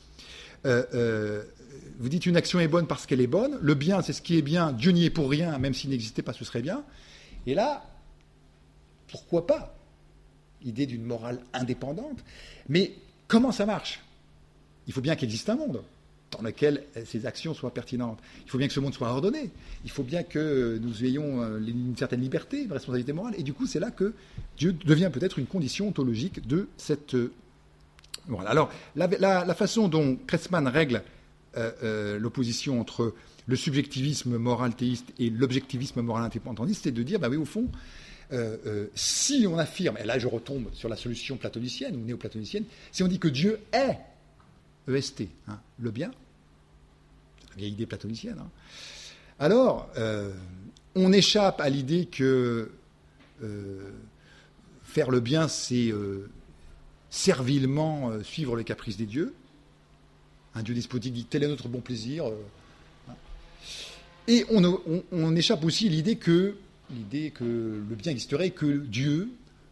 B: vous dites une action est bonne parce qu'elle est bonne, le bien c'est ce qui est bien, Dieu n'y est pour rien, même s'il n'existait pas ce serait bien, et là, pourquoi pas l'idée d'une morale indépendante? Mais comment ça marche? Il faut bien qu'il existe un monde dans lequel ces actions soient pertinentes. Il faut bien que ce monde soit ordonné. Il faut bien que nous ayons une certaine liberté, une responsabilité morale. Et du coup, c'est là que Dieu devient peut-être une condition ontologique de cette... Voilà. Alors, la façon dont Kretschmann règle l'opposition entre le subjectivisme moral théiste et l'objectivisme moral indépendantiste, c'est de dire, oui, au fond, si on affirme, et là je retombe sur la solution platonicienne ou néo-platonicienne, si on dit que Dieu est EST, le bien, c'est la vieille idée platonicienne, alors on échappe à l'idée que faire le bien, c'est servilement suivre les caprices des dieux. Un Dieu despotique dit tel est notre bon plaisir. Et on échappe aussi à l'idée que le bien existerait, que Dieu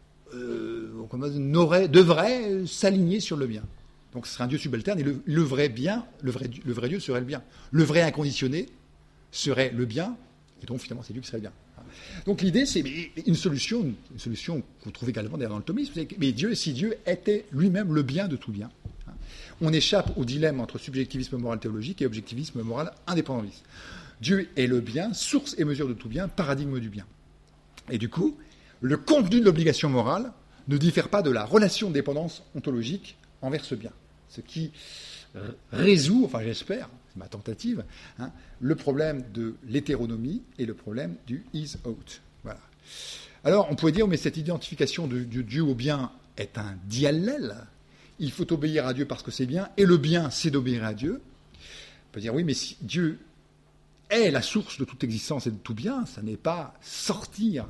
B: devrait s'aligner sur le bien. Donc ce serait un Dieu subalterne, et le vrai bien, le vrai Dieu serait le bien. Le vrai inconditionné serait le bien, et donc finalement c'est Dieu qui serait le bien. Donc l'idée, c'est une solution qu'on trouve également d'ailleurs dans le thomisme, mais si Dieu était lui-même le bien de tout bien, on échappe au dilemme entre subjectivisme moral théologique et objectivisme moral indépendantiste. Dieu est le bien, source et mesure de tout bien, paradigme du bien. Et du coup, le contenu de l'obligation morale ne diffère pas de la relation de dépendance ontologique envers ce bien. Ce qui résout, enfin j'espère, c'est ma tentative, le problème de l'hétéronomie et le problème du is-out. Voilà. Alors on pourrait dire, mais cette identification de Dieu au bien est un diallèle. Il faut obéir à Dieu parce que c'est bien, et le bien c'est d'obéir à Dieu. On peut dire, oui, mais si Dieu est la source de toute existence et de tout bien, ça n'est pas sortir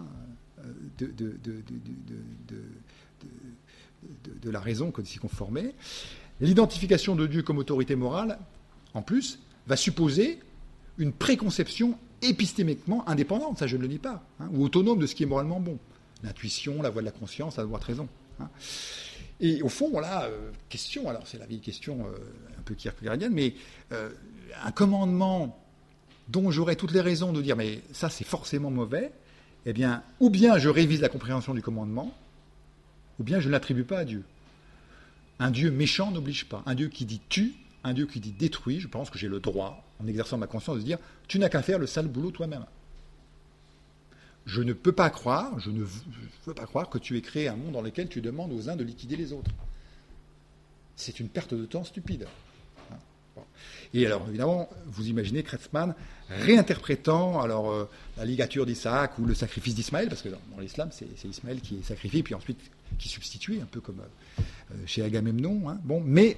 B: de la raison que s'y conformer. L'identification de Dieu comme autorité morale, en plus, va supposer une préconception épistémiquement indépendante, ça je ne le dis pas, ou autonome de ce qui est moralement bon. L'intuition, la voie de la conscience, la voie de raison. Et au fond, voilà, question, alors c'est la vieille question un peu kierkegaardienne, mais un commandement dont j'aurais toutes les raisons de dire, mais ça c'est forcément mauvais, eh bien, ou bien je révise la compréhension du commandement, ou bien je ne l'attribue pas à Dieu. Un Dieu méchant n'oblige pas. Un Dieu qui dit tue, un Dieu qui dit détruit, je pense que j'ai le droit, en exerçant ma conscience, de dire tu n'as qu'à faire le sale boulot toi-même. Je ne peux pas croire que tu aies créé un monde dans lequel tu demandes aux uns de liquider les autres. C'est une perte de temps stupide. Et alors, évidemment, vous imaginez Kretschmann réinterprétant la ligature d'Isaac ou le sacrifice d'Ismaël, parce que dans l'islam, c'est Ismaël qui est sacrifié, puis ensuite qui substituait, un peu comme chez Agamemnon. Hein. Bon, mais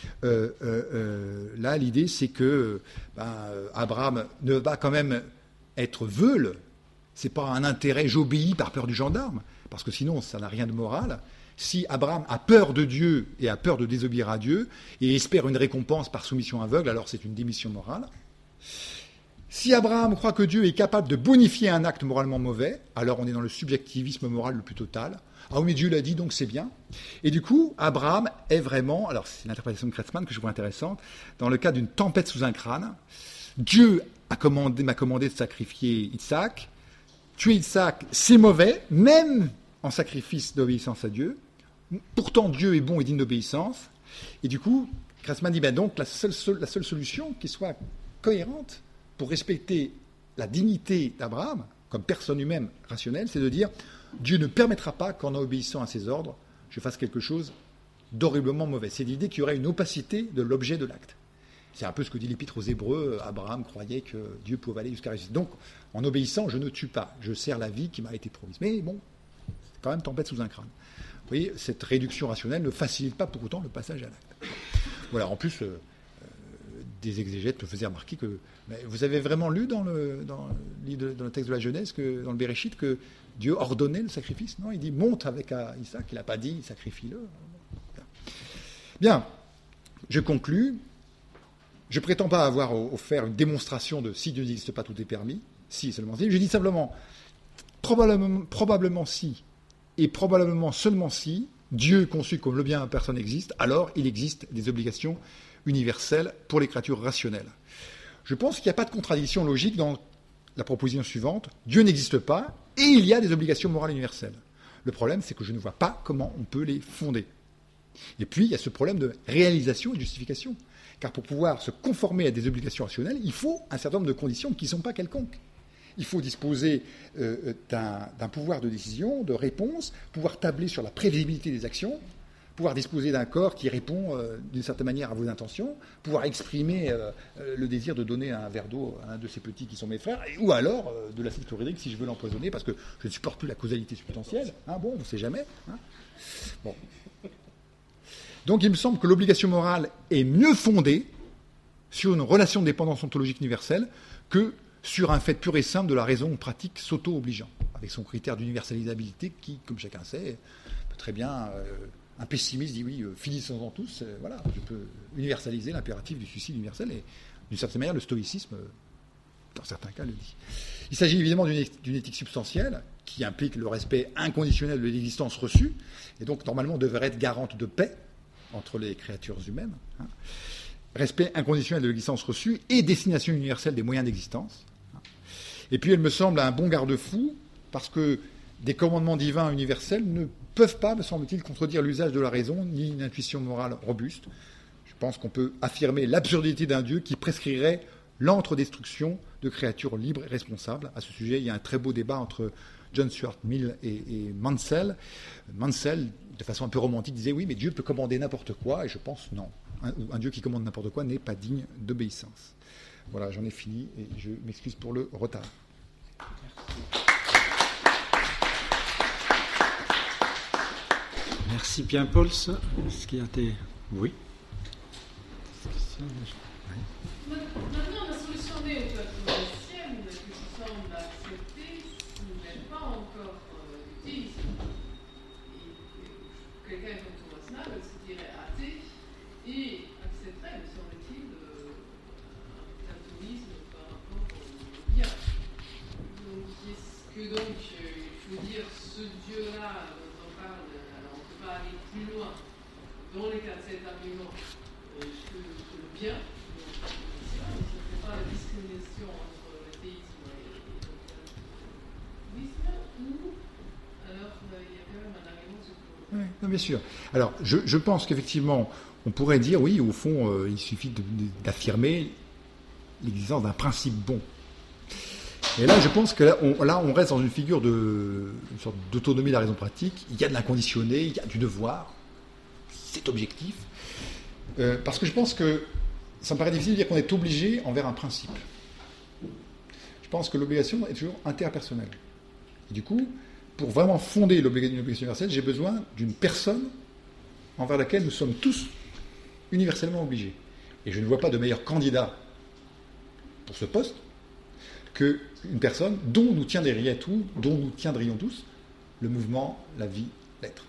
B: là, l'idée, c'est que Abraham ne va quand même être veule. C'est pas un intérêt, j'obéis par peur du gendarme, parce que sinon, ça n'a rien de moral. Si Abraham a peur de Dieu et a peur de désobéir à Dieu et espère une récompense par soumission aveugle, alors c'est une démission morale. Si Abraham croit que Dieu est capable de bonifier un acte moralement mauvais, alors on est dans le subjectivisme moral le plus total. Ah oui, mais Dieu l'a dit, donc c'est bien. Et du coup, Abraham est vraiment, alors c'est l'interprétation de Kreutzmann que je trouve intéressante, dans le cas d'une tempête sous un crâne, Dieu m'a commandé de sacrifier Isaac. Tuer Isaac, c'est mauvais, même en sacrifice d'obéissance à Dieu. Pourtant, Dieu est bon et digne d'obéissance. Et du coup, Kreutzmann dit, donc la seule solution qui soit cohérente pour respecter la dignité d'Abraham, comme personne humaine rationnelle, c'est de dire Dieu ne permettra pas qu'en obéissant à ses ordres, je fasse quelque chose d'horriblement mauvais. C'est l'idée qu'il y aurait une opacité de l'objet de l'acte. C'est un peu ce que dit l'Épître aux Hébreux. Abraham croyait que Dieu pouvait aller jusqu'à réussir. Donc, en obéissant, je ne tue pas. Je sers la vie qui m'a été promise. Mais bon, c'est quand même tempête sous un crâne. Vous voyez, cette réduction rationnelle ne facilite pas pour autant le passage à l'acte. Voilà, en plus, des exégètes me faisaient remarquer que vous avez vraiment lu dans le texte de la Genèse, dans le Béréchit, que Dieu ordonnait le sacrifice. Non, il dit monte avec Isaac. Il n'a pas dit sacrifie-le. Bien, je conclus. Je ne prétends pas avoir offert une démonstration de si Dieu n'existe pas, tout est permis. Si, seulement si. Je dis simplement, probablement si, et probablement seulement si, Dieu conçu comme le bien à personne existe, alors il existe des obligations universelles pour les créatures rationnelles. Je pense qu'il n'y a pas de contradiction logique dans la proposition suivante. Dieu n'existe pas et il y a des obligations morales universelles. Le problème, c'est que je ne vois pas comment on peut les fonder. Et puis, il y a ce problème de réalisation et de justification. Car pour pouvoir se conformer à des obligations rationnelles, il faut un certain nombre de conditions qui ne sont pas quelconques. Il faut disposer d'un pouvoir de décision, de réponse, pouvoir tabler sur la prévisibilité des actions, pouvoir disposer d'un corps qui répond d'une certaine manière à vos intentions, pouvoir exprimer le désir de donner un verre d'eau à un de ces petits qui sont mes frères, ou alors de l'acide chlorhydrique si je veux l'empoisonner parce que je ne supporte plus la causalité substantielle. Bon, on ne sait jamais. Bon. Donc il me semble que l'obligation morale est mieux fondée sur une relation de dépendance ontologique universelle que sur un fait pur et simple de la raison pratique s'auto-obligeant, avec son critère d'universalisabilité qui, comme chacun sait, peut très bien... un pessimiste dit oui, finissons-en tous, voilà, je peux universaliser l'impératif du suicide universel, et d'une certaine manière, le stoïcisme, dans certains cas, le dit. Il s'agit évidemment d'une éthique substantielle, qui implique le respect inconditionnel de l'existence reçue, et donc normalement devrait être garante de paix entre les créatures humaines. Respect inconditionnel de l'existence reçue et destination universelle des moyens d'existence. Et puis elle me semble un bon garde-fou, parce que des commandements divins universels ne peuvent pas, me semble-t-il, contredire l'usage de la raison, ni une intuition morale robuste. Je pense qu'on peut affirmer l'absurdité d'un Dieu qui prescrirait l'entre-destruction de créatures libres et responsables. À ce sujet, il y a un très beau débat entre John Stuart Mill et Mansell. Mansell, de façon un peu romantique, disait oui, mais Dieu peut commander n'importe quoi, et je pense non. Un Dieu qui commande n'importe quoi n'est pas digne d'obéissance. Voilà, j'en ai fini, et je m'excuse pour le retard.
A: Merci Pierre-Paul. Ce qui a été... Oui.
C: Maintenant, la solution néo-platonienne qui semble acceptée n'est pas encore utilisée. Quelqu'un comme Thomas Nagel se dirait athée et accepterait, me semble-t-il, un platonisme par rapport au bien. Donc, est-ce que donc, il faut dire ce Dieu-là dont on parle, alors on ne peut pas aller plus loin dans les cas de cet argument que le bien. Ça ne fait pas la discrimination entre le théisme et le platonisme, ou alors il y a quand même un argument sur le...
B: Oui, non, bien sûr. Alors, je pense qu'effectivement, on pourrait dire, oui, au fond, il suffit d'affirmer l'existence d'un principe bon. Et là, je pense que là, on reste dans une figure une sorte d'autonomie de la raison pratique. Il y a de l'inconditionné, il y a du devoir. C'est objectif. Parce que je pense que ça me paraît difficile de dire qu'on est obligé envers un principe. Je pense que l'obligation est toujours interpersonnelle. Et du coup, pour vraiment fonder une obligation universelle, j'ai besoin d'une personne envers laquelle nous sommes tous universellement obligés. Et je ne vois pas de meilleur candidat pour ce poste qu'une personne dont nous tiendrions tous le mouvement, la vie, l'être.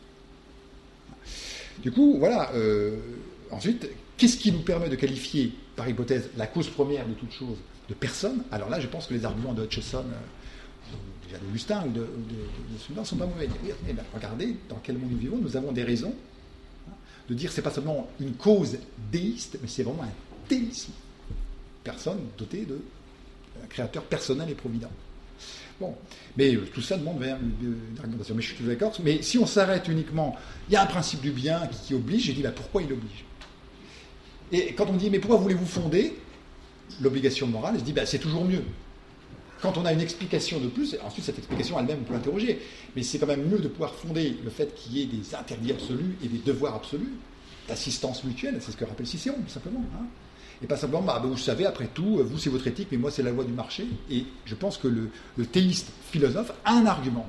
B: Du coup, voilà. Ensuite, qu'est-ce qui nous permet de qualifier, par hypothèse, la cause première de toute chose de personne? Alors là, je pense que les arguments de Hutcheson, déjà d'Augustin ou de Swinburne ne sont pas mauvais. Eh bien, regardez dans quel monde nous vivons, nous avons des raisons de dire que ce n'est pas seulement une cause déiste, mais c'est vraiment un théisme. Personne dotée d'un créateur personnel et provident. Bon, mais tout ça demande une argumentation. Mais je suis tout d'accord. Mais si on s'arrête uniquement, il y a un principe du bien qui oblige, j'ai dit, pourquoi il oblige? Et quand on dit, mais pourquoi voulez-vous fonder l'obligation morale, je dis, c'est toujours mieux. Quand on a une explication de plus, ensuite cette explication elle-même, on peut l'interroger. Mais c'est quand même mieux de pouvoir fonder le fait qu'il y ait des interdits absolus et des devoirs absolus, d'assistance mutuelle, c'est ce que rappelle Cicéron, tout simplement. Et pas simplement, vous savez, après tout, vous c'est votre éthique, mais moi c'est la loi du marché. Et je pense que le théiste philosophe a un argument.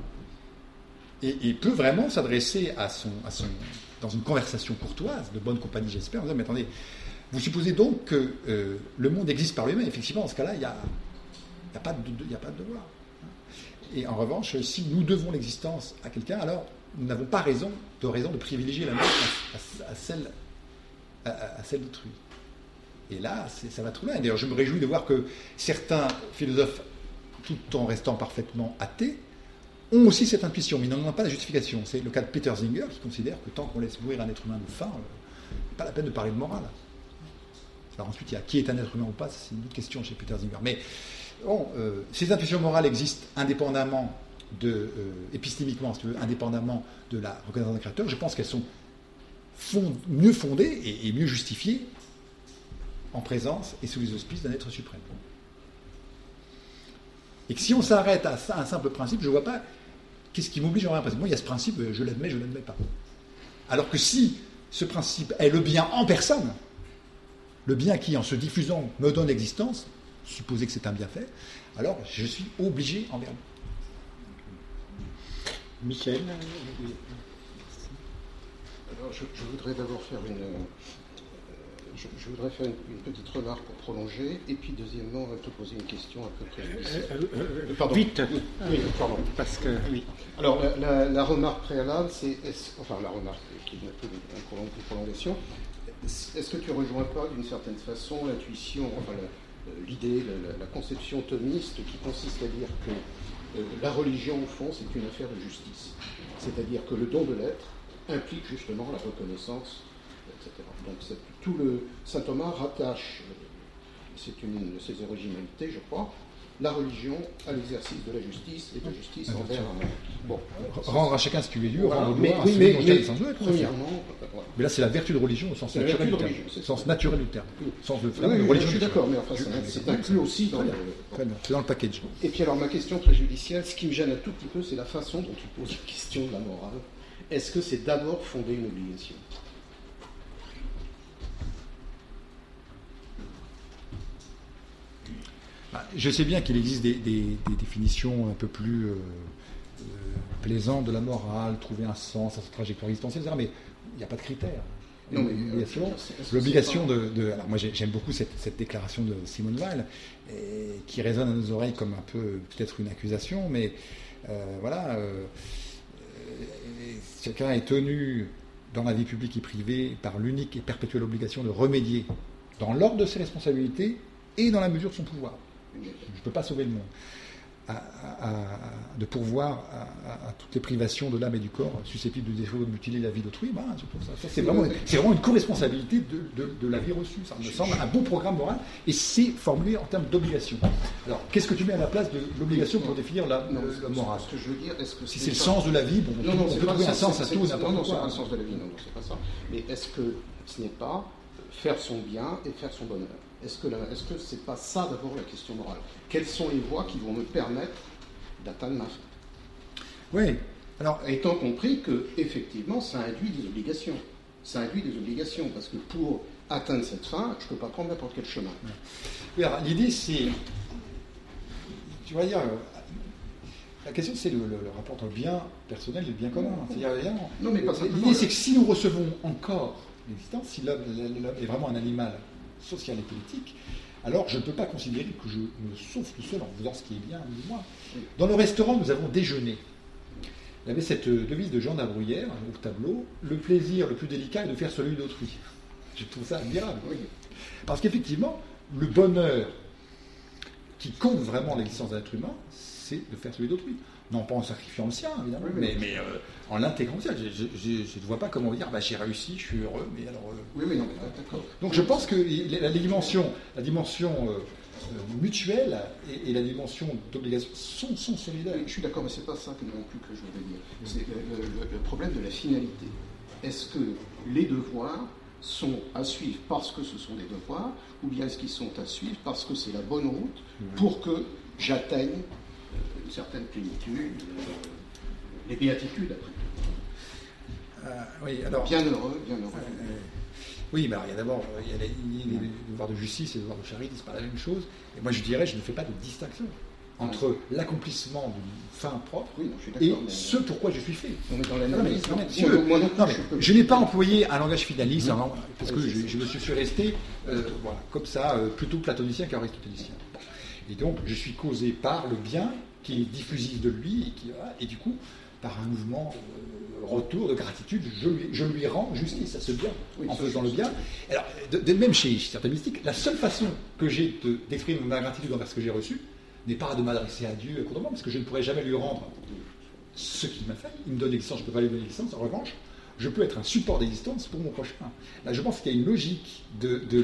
B: Et peut vraiment s'adresser dans une conversation courtoise, de bonne compagnie j'espère, en disant, mais attendez, vous supposez donc que le monde existe par lui-même. Effectivement, dans ce cas-là, il n'y a pas de devoir. Et en revanche, si nous devons l'existence à quelqu'un, alors nous n'avons pas raison de privilégier la nôtre à celle d'autrui. Et là, ça va trop loin. D'ailleurs, je me réjouis de voir que certains philosophes, tout en restant parfaitement athées, ont aussi cette intuition, mais ils n'en ont pas la justification. C'est le cas de Peter Singer, qui considère que tant qu'on laisse mourir un être humain de faim, pas la peine de parler de morale. Alors ensuite, il y a qui est un être humain ou pas, c'est une autre question chez Peter Singer. Mais bon, ces intuitions morales existent indépendamment épistémiquement, si tu veux, indépendamment de la reconnaissance d'un créateur. Je pense qu'elles sont mieux fondées et mieux justifiées en présence et sous les auspices d'un être suprême. Et que si on s'arrête à un simple principe, je ne vois pas qu'est-ce qui m'oblige à avoir un principe. Moi, il y a ce principe, je l'admets, je ne l'admets pas. Alors que si ce principe est le bien en personne, le bien qui, en se diffusant, me donne existence, supposer que c'est un bienfait, alors je suis obligé envers lui.
A: Michel.
D: Alors, je voudrais d'abord faire je voudrais faire une petite remarque pour prolonger, et puis deuxièmement te poser une question un peu préjudicielle.
A: Pardon. Vite.
D: Oui, pardon.
A: Parce que oui.
D: Alors la remarque préalable, c'est la remarque qui est une prolongation. Est-ce que tu rejoins pas d'une certaine façon l'intuition, l'idée, la conception thomiste qui consiste à dire que la religion, au fond, c'est une affaire de justice. C'est-à-dire que le don de l'être implique justement la reconnaissance, etc. Donc tout le saint Thomas rattache, c'est une de ses originalités, je crois, la religion à l'exercice de la justice et de la justice envers un homme. Bon,
B: rendre à chacun ce qui lui est dû, rendre
D: mais premièrement,
B: mais là c'est la vertu de religion au sens naturel du terme. Au sens naturel du terme.
D: Oui, je suis d'accord, mais enfin c'est inclus aussi dans
B: c'est dans le package.
D: Et puis alors ma question préjudicielle, ce qui me gêne un tout petit peu, c'est la façon dont tu poses la question de la morale. Est-ce que c'est d'abord fonder une obligation ?
B: Je sais bien qu'il existe des définitions un peu plus plaisantes de la morale, trouver un sens à sa trajectoire existentielle, etc. Mais il n'y a pas de critères. L'obligation de. Alors moi j'aime beaucoup cette déclaration de Simone Weil, qui résonne à nos oreilles comme un peu peut-être une accusation, mais chacun est tenu dans la vie publique et privée par l'unique et perpétuelle obligation de remédier dans l'ordre de ses responsabilités et dans la mesure de son pouvoir. Je ne peux pas sauver le monde. De pourvoir à toutes les privations de l'âme et du corps susceptibles de défaut de mutiler la vie d'autrui, c'est vraiment une co-responsabilité de la vie reçue. Ça me semble un bon programme moral, et c'est formulé en termes d'obligation. Alors, qu'est-ce que tu mets à la place de l'obligation pour définir la morale ?
D: Ce que je veux dire, est-ce que
B: si c'est le sens de la vie, on peut trouver un sens à tout n'importe quoi.
D: Non, c'est pas le sens de la vie, non, c'est pas ça. Mais est-ce que ce n'est pas faire son bien et faire son bonheur ? Est-ce que c'est pas ça d'abord la question morale ? Quelles sont les voies qui vont me permettre d'atteindre ma fin ?
B: Oui. Alors,
D: étant compris que effectivement, ça induit des obligations. Ça induit des obligations parce que pour atteindre cette fin, je ne peux pas prendre n'importe quel chemin.
B: Oui, alors, l'idée, c'est, tu vas dire, La question, c'est le rapport entre le bien personnel et le bien commun. C'est-à-dire, évidemment,
D: Non, mais pas simplement.
B: l'idée, c'est que si nous recevons encore l'existence, si l'homme est vraiment un animal social et politique, alors je ne peux pas considérer que je me sauve tout seul en faisant ce qui est bien de moi. Dans le restaurant, nous avons déjeuné. Il y avait cette devise de Jean d'Abruyère au tableau, le plaisir le plus délicat est de faire celui d'autrui. Je trouve ça admirable.
D: Oui.
B: Parce qu'effectivement, le bonheur qui compte vraiment l'existence d'un être humain, c'est de faire celui d'autrui. Non pas en sacrifiant le sien, évidemment,
D: Oui,
B: mais en l'intégrant le sien. Je ne vois pas comment dire, j'ai réussi, je suis heureux, mais alors...
D: Oui, mais non, d'accord.
B: Donc je pense que la dimension mutuelle et la dimension d'obligation sont solidaires.
D: Je suis d'accord, mais c'est pas ça non plus que je voulais dire. C'est le problème de la finalité. Est-ce que les devoirs sont à suivre parce que ce sont des devoirs, ou bien est-ce qu'ils sont à suivre parce que c'est la bonne route pour que j'atteigne une certaine plénitude, les béatitudes après.
B: Oui, alors...
D: Bien heureux, bien heureux.
B: Oui, mais alors, il y a d'abord les devoirs de justice et les devoirs de charité, c'est pas la même chose. Et moi, je dirais, je ne fais pas de distinction entre l'accomplissement d'une fin propre et ce pourquoi je suis fait.
D: On est dans la
B: je n'ai pas employé un langage finaliste, parce que je me suis resté comme ça, plutôt platonicien qu'aristotélicien. Et donc, je suis causé par le bien qui est diffusif de lui, et du coup, par un mouvement retour de gratitude, je lui rends justice à ce bien, en faisant le bien. Alors, même chez certains mystiques, la seule façon que j'ai d'exprimer ma gratitude envers ce que j'ai reçu n'est pas de m'adresser à Dieu contre parce que je ne pourrais jamais lui rendre ce qu'il m'a fait. Il me donne l'existence, je ne peux pas lui donner l'existence. En revanche, je peux être un support d'existence pour mon prochain. Là, je pense qu'il y a une logique de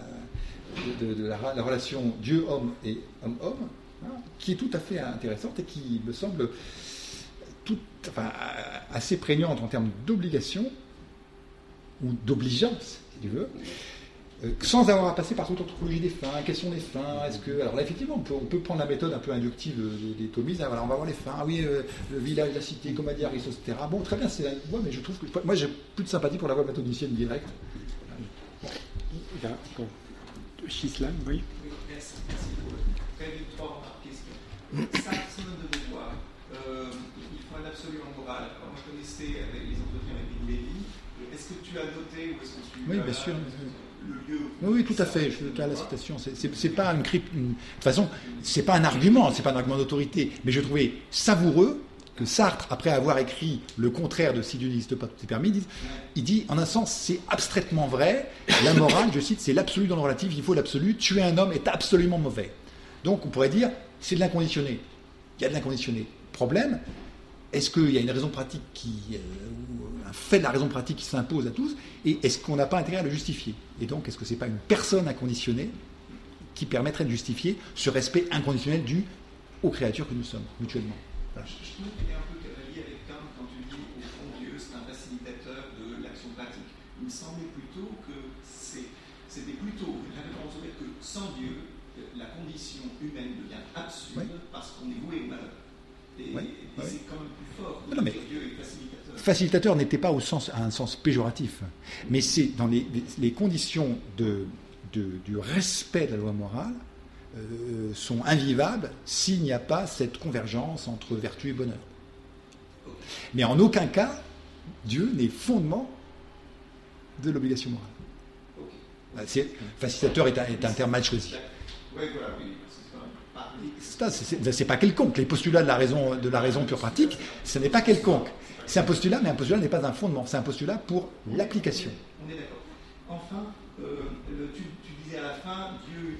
B: la relation Dieu-homme et homme-homme qui est tout à fait intéressante et qui me semble assez prégnante en termes d'obligation ou d'obligeance, si tu veux, sans avoir à passer par toute anthropologie des fins. Quelles sont les fins? Alors là, effectivement, on peut prendre la méthode un peu inductive des thomistes. On va voir les fins. Ah oui, le village, la cité, comme a dit Aristote, etc. Bon, très bien, c'est la voie, mais je trouve que moi, j'ai plus de sympathie pour la voie méthodicienne directe.
A: Chislam, oui.
E: Merci beaucoup. Très vite, 3 remarques, questions. 5 semaines de devoir. Il faut un absolu en morale. Alors, moi, je connaissais avec les entretiens avec Lévy. Est-ce que tu as noté ou est-ce que tu
B: Oui, bien sûr.
E: Le lieu
B: Oui, tout à fait. Je suis à la citation. C'est pas de toute façon, c'est pas un argument, c'est pas un argument d'autorité. Mais je trouvais savoureux que Sartre, après avoir écrit le contraire de si Dieu n'existe pas, tout est permis, il dit, en un sens, c'est abstraitement vrai. La morale, je cite, c'est l'absolu dans le relatif. Il faut l'absolu. Tuer un homme est absolument mauvais. Donc, on pourrait dire, c'est de l'inconditionné. Il y a de l'inconditionné. Problème, est-ce qu'il y a une raison pratique ou un fait de la raison pratique qui s'impose à tous, et est-ce qu'on n'a pas intérêt à le justifier? Et donc, est-ce que c'est pas une personne inconditionnée qui permettrait de justifier ce respect inconditionnel dû aux créatures que nous sommes, mutuellement?
E: Voilà. Je trouve que tu es un peu cavalier avec Kant quand tu dis, au fond, Dieu, c'est un facilitateur de l'action pratique. Il me semblait plutôt que c'était plutôt une référence au fait que sans Dieu, la condition humaine devient absurde parce qu'on est voué au malheur. Et c'est quand même plus fort de dire Dieu est facilitateur.
B: Facilitateur n'était pas à un sens péjoratif, mais c'est dans les conditions du respect de la loi morale sont invivables s'il n'y a pas cette convergence entre vertu et bonheur. Mais en aucun cas, Dieu n'est fondement de l'obligation morale. Facilitateur est un terme mal choisi.
E: Oui, voilà, oui.
B: C'est pas quelconque. Les postulats de la raison pure pratique, ce n'est pas quelconque. C'est un postulat, mais un postulat n'est pas un fondement. C'est un postulat pour l'application.
E: On est d'accord. Enfin, tu disais à la fin,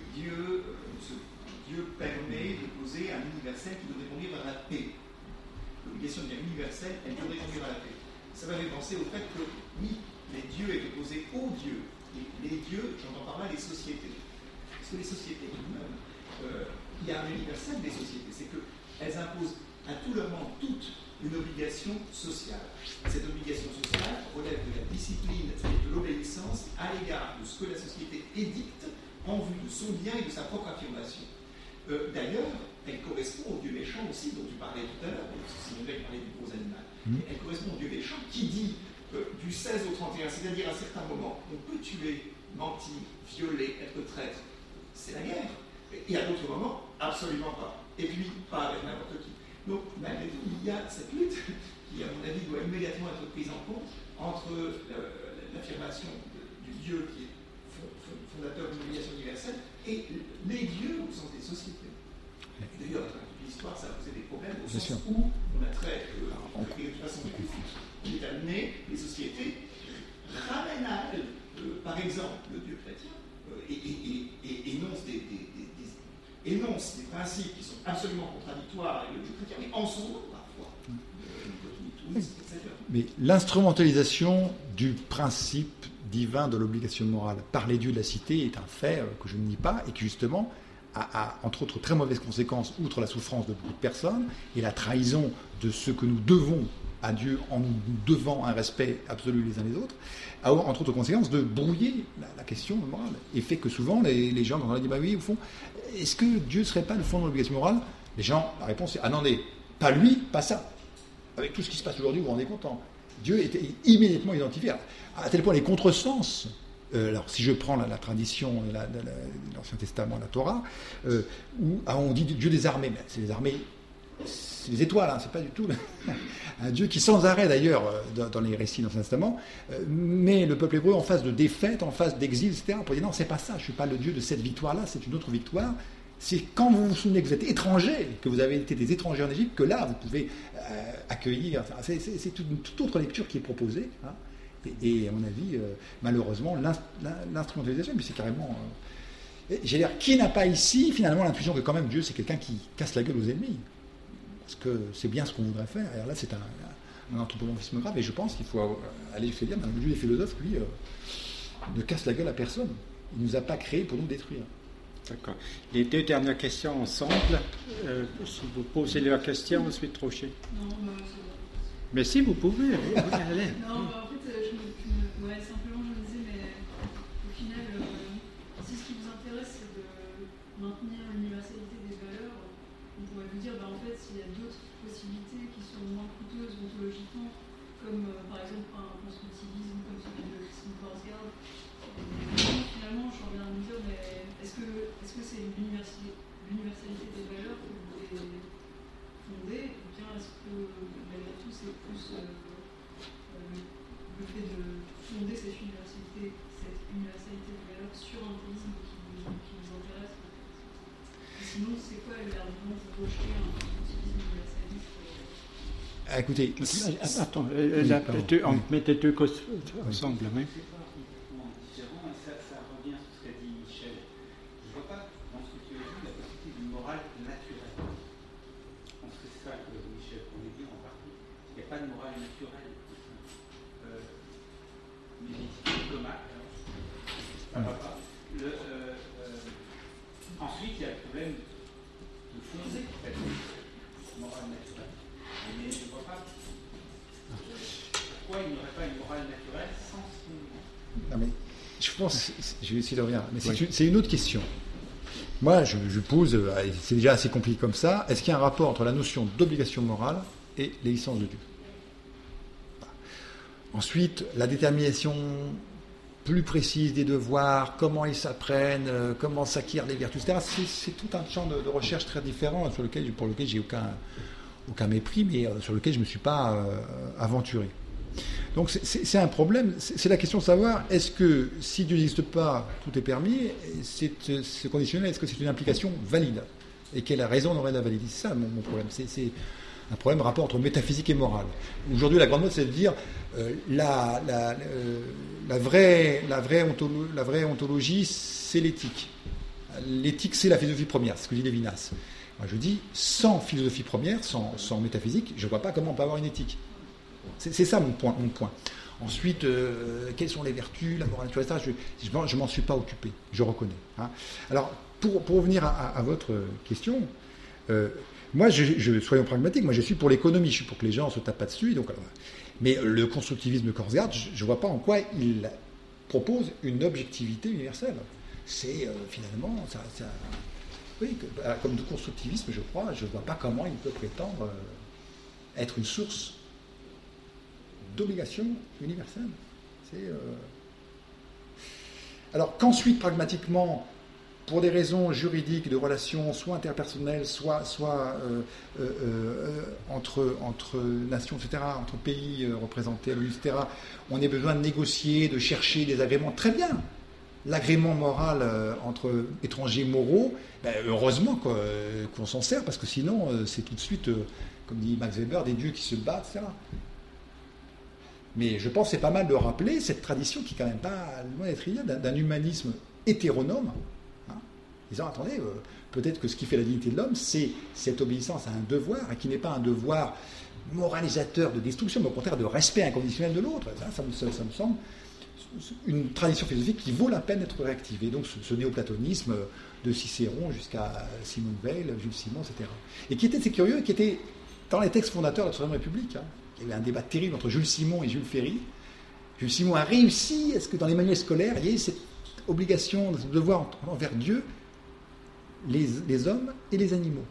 E: Dieu permet de poser un universel qui devrait conduire vers la paix. L'obligation de dire universelle, elle devrait conduire à la paix. Ça m'a fait penser au fait que, oui, les dieux étaient opposés aux dieux. Les dieux, j'entends par là les sociétés. Parce que les sociétés, même, il y a un universel des sociétés, c'est qu'elles imposent à tout leur monde toute une obligation sociale. Cette obligation sociale relève de la discipline et de l'obéissance à l'égard de ce que la société édicte en vue de son bien et de sa propre affirmation. D'ailleurs, elle correspond au Dieu méchant aussi, dont tu parlais tout à l'heure, si on veut parler du gros animal. Elle correspond au Dieu méchant qui dit du 16 au 31, c'est-à-dire à un certain moment, on peut tuer, mentir, violer, être traître. C'est la guerre. Et à d'autres moments, absolument pas. Et puis, pas avec n'importe qui. Donc, malgré tout, il y a cette lutte qui, à mon avis, doit immédiatement être prise en compte entre l'affirmation du Dieu qui est fondateur d'une obligation universelle et les dieux au sens des sociétés. Et d'ailleurs, dans l'histoire, ça a posé des problèmes au sens où on a de façon on est amené, les sociétés ramènent à elles, par exemple, le Dieu chrétien, et énoncent des principes qui sont absolument contradictoires avec le Dieu chrétien, mais en son nom parfois.
B: Mais l'instrumentalisation du principe divin de l'obligation morale par les dieux de la cité est un fait que je ne nie pas et qui justement a entre autres très mauvaises conséquences, outre la souffrance de beaucoup de personnes et la trahison de ce que nous devons à Dieu en nous devant un respect absolu les uns les autres, a entre autres conséquences de brouiller la question morale et fait que souvent les gens, quand on a dit bah oui, au fond, est-ce que Dieu ne serait pas le fond de l'obligation morale? Les gens, la réponse est ah non, pas lui, pas ça. Avec tout ce qui se passe aujourd'hui, vous vous rendez compte, Dieu était immédiatement identifié. À tel point les contresens, alors si je prends la tradition de l'Ancien Testament, la Torah, où on dit Dieu des armées, mais c'est les armées, c'est les étoiles, c'est pas du tout un Dieu qui sans arrêt d'ailleurs, dans les récits de l'Ancien Testament, met le peuple hébreu en face de défaite, en face d'exil, etc. Pour dire non, c'est pas ça, je suis pas le Dieu de cette victoire-là, c'est une autre victoire. C'est quand vous vous souvenez que vous êtes étranger, que vous avez été des étrangers en Égypte, que là, vous pouvez accueillir. C'est une toute autre lecture qui est proposée. Et à mon avis, malheureusement, l'instrumentalisation, mais c'est carrément... J'ai l'air, qui n'a pas ici, finalement, l'intuition que quand même Dieu, c'est quelqu'un qui casse la gueule aux ennemis? Parce que c'est bien ce qu'on voudrait faire. Et alors là, c'est un anthropomorphisme grave, et je pense qu'il faut aller jusqu'à dire, Dieu des philosophes, lui, ne casse la gueule à personne. Il ne nous a pas créés pour nous détruire.
A: D'accord. Les deux dernières questions ensemble. Si vous posez leurs questions, ensuite Trochet.
C: Non, c'est bon.
A: Mais si vous pouvez, allez.
C: Non, en fait, simplement je me disais, mais au final, si ce qui vous intéresse, c'est de maintenir l'universalité des valeurs, on pourrait vous dire, en fait, s'il y a d'autres possibilités qui sont moins coûteuses ontologiquement, comme par exemple un constructivisme comme celui de Christine Korsgaard, finalement, je reviens à me dire, mais est-ce que c'est l'universalité des valeurs que vous voulez fonder, ou bien est-ce que malgré tout c'est plus le fait de fonder cette universalité des valeurs sur un théisme qui vous intéresse en fait. Et sinon, c'est quoi l'argument pour rejeter un constructivisme universaliste
B: Écoutez,
A: attends, on mettait deux causes ensemble, oui.
F: Pas de morale naturelle. Mais ça va pas. Ensuite, il y a le problème de fonder cette morale naturelle. Mais je ne vois pas pourquoi il n'y aurait pas une morale naturelle sans fondement.
B: Non mais je pense, je vais essayer de revenir, mais c'est une autre question. Moi, je pose, c'est déjà assez compliqué comme ça, est-ce qu'il y a un rapport entre la notion d'obligation morale et l'existence de Dieu? Ensuite, la détermination plus précise des devoirs, comment ils s'apprennent, comment s'acquièrent les vertus, etc. C'est tout un champ de recherche très différent pour lequel j'ai aucun mépris, mais sur lequel je ne me suis pas aventuré. Donc c'est un problème, c'est la question de savoir, est-ce que si Dieu n'existe pas, tout est permis, c'est conditionnel, est-ce que c'est une implication valide? Et quelle raison aurait la validité? C'est ça mon problème, c'est un problème de rapport entre métaphysique et morale. Aujourd'hui, la grande mode, c'est de dire la vraie ontologie, c'est l'éthique. L'éthique, c'est la philosophie première, c'est ce que dit Lévinas. Moi, je dis, sans philosophie première, sans métaphysique, je ne vois pas comment on peut avoir une éthique. C'est ça mon point. Ensuite, quelles sont les vertus, la morale, tout ça, je ne m'en suis pas occupé, je reconnais. Hein. Alors, pour revenir à votre question, moi, soyons pragmatiques, moi je suis pour l'économie, je suis pour que les gens se tapent pas dessus. Donc, mais le constructivisme de Korsgaard, je ne vois pas en quoi il propose une objectivité universelle. C'est finalement, oui, comme tout constructivisme, je crois, je ne vois pas comment il peut prétendre être une source d'obligation universelle. Alors qu'ensuite, pragmatiquement, pour des raisons juridiques, de relations soit interpersonnelles, soit entre nations, etc., entre pays représentés à l'ONU, etc., on ait besoin de négocier, de chercher des agréments, très bien. L'agrément moral entre étrangers moraux, heureusement qu'on s'en sert, parce que sinon, c'est tout de suite, comme dit Max Weber, des dieux qui se battent, etc. Mais je pense que c'est pas mal de rappeler cette tradition qui est quand même pas loin d'être idéale, d'un humanisme hétéronome, disant, attendez, peut-être que ce qui fait la dignité de l'homme, c'est cette obéissance à un devoir, et qui n'est pas un devoir moralisateur de destruction, mais au contraire de respect inconditionnel de l'autre. Ça me semble une tradition philosophique qui vaut la peine d'être réactivée. Donc ce néoplatonisme de Cicéron jusqu'à Simone Weil, Jules Simon, etc. Et qui était, c'est curieux, qui était dans les textes fondateurs de la Troisième République. Il y avait un débat terrible entre Jules Simon et Jules Ferry. Jules Simon a réussi à ce que dans les manuels scolaires, il y ait cette obligation, ce devoir envers Dieu, les hommes et les animaux.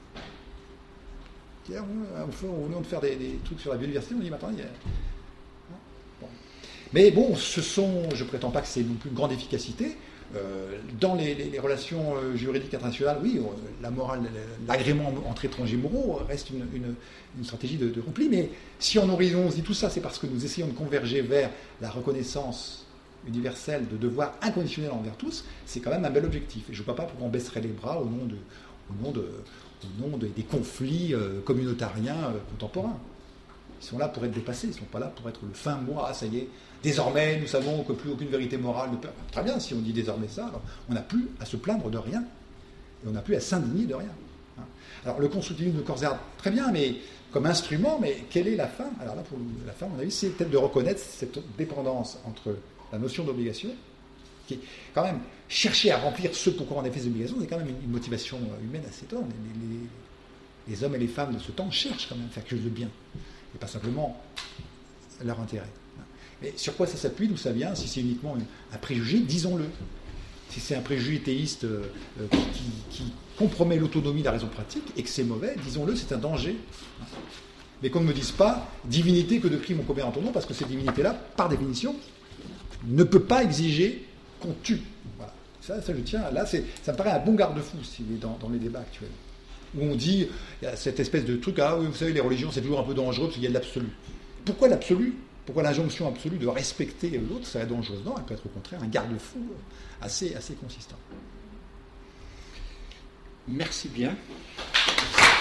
B: Au lieu de faire des trucs sur la biodiversité, on dit, mais attendez, bon. Mais bon, je ne prétends pas que c'est non plus une grande efficacité. Dans les relations juridiques internationales, oui, la morale, l'agrément entre étrangers moraux reste une stratégie de repli, mais si en horizon on se dit tout ça, c'est parce que nous essayons de converger vers la reconnaissance universelle de devoirs inconditionnels envers tous, c'est quand même un bel objectif. Et je ne vois pas pourquoi on baisserait les bras au nom des conflits communautariens contemporains. Ils sont là pour être dépassés, ils ne sont pas là pour être le fin mot. Ah, ça y est, désormais, nous savons que plus aucune vérité morale ne peut... Très bien, si on dit désormais ça, alors on n'a plus à se plaindre de rien. Et on n'a plus à s'indigner de rien. Alors, le constructivisme de Corsaire, très bien, mais comme instrument, mais quelle est la fin? Alors là, pour la fin, à mon avis, c'est peut-être de reconnaître cette dépendance entre la notion d'obligation, qui est quand même chercher à remplir ce pourquoi on a fait ces obligations, c'est quand même une motivation humaine assez étonnante. Les hommes et les femmes de ce temps cherchent quand même à faire quelque chose de bien, et pas simplement leur intérêt. Mais sur quoi ça s'appuie, d'où ça vient? Si c'est uniquement un préjugé, disons-le. Si c'est un préjugé théiste qui compromet l'autonomie de la raison pratique, et que c'est mauvais, disons-le, c'est un danger. Mais qu'on ne me dise pas divinité que de crimes on commet en ton nom, parce que ces divinités-là, par définition, ne peut pas exiger qu'on tue. Voilà. Ça je tiens. Là, ça me paraît un bon garde-fou s'il est dans les débats actuels. Où on dit, il y a cette espèce de truc, ah oui, vous savez, les religions, c'est toujours un peu dangereux parce qu'il y a de l'absolu. Pourquoi l'absolu? Pourquoi l'injonction absolue de respecter l'autre serait dangereuse? Non, elle peut être au contraire un garde-fou assez consistant.
A: Merci bien.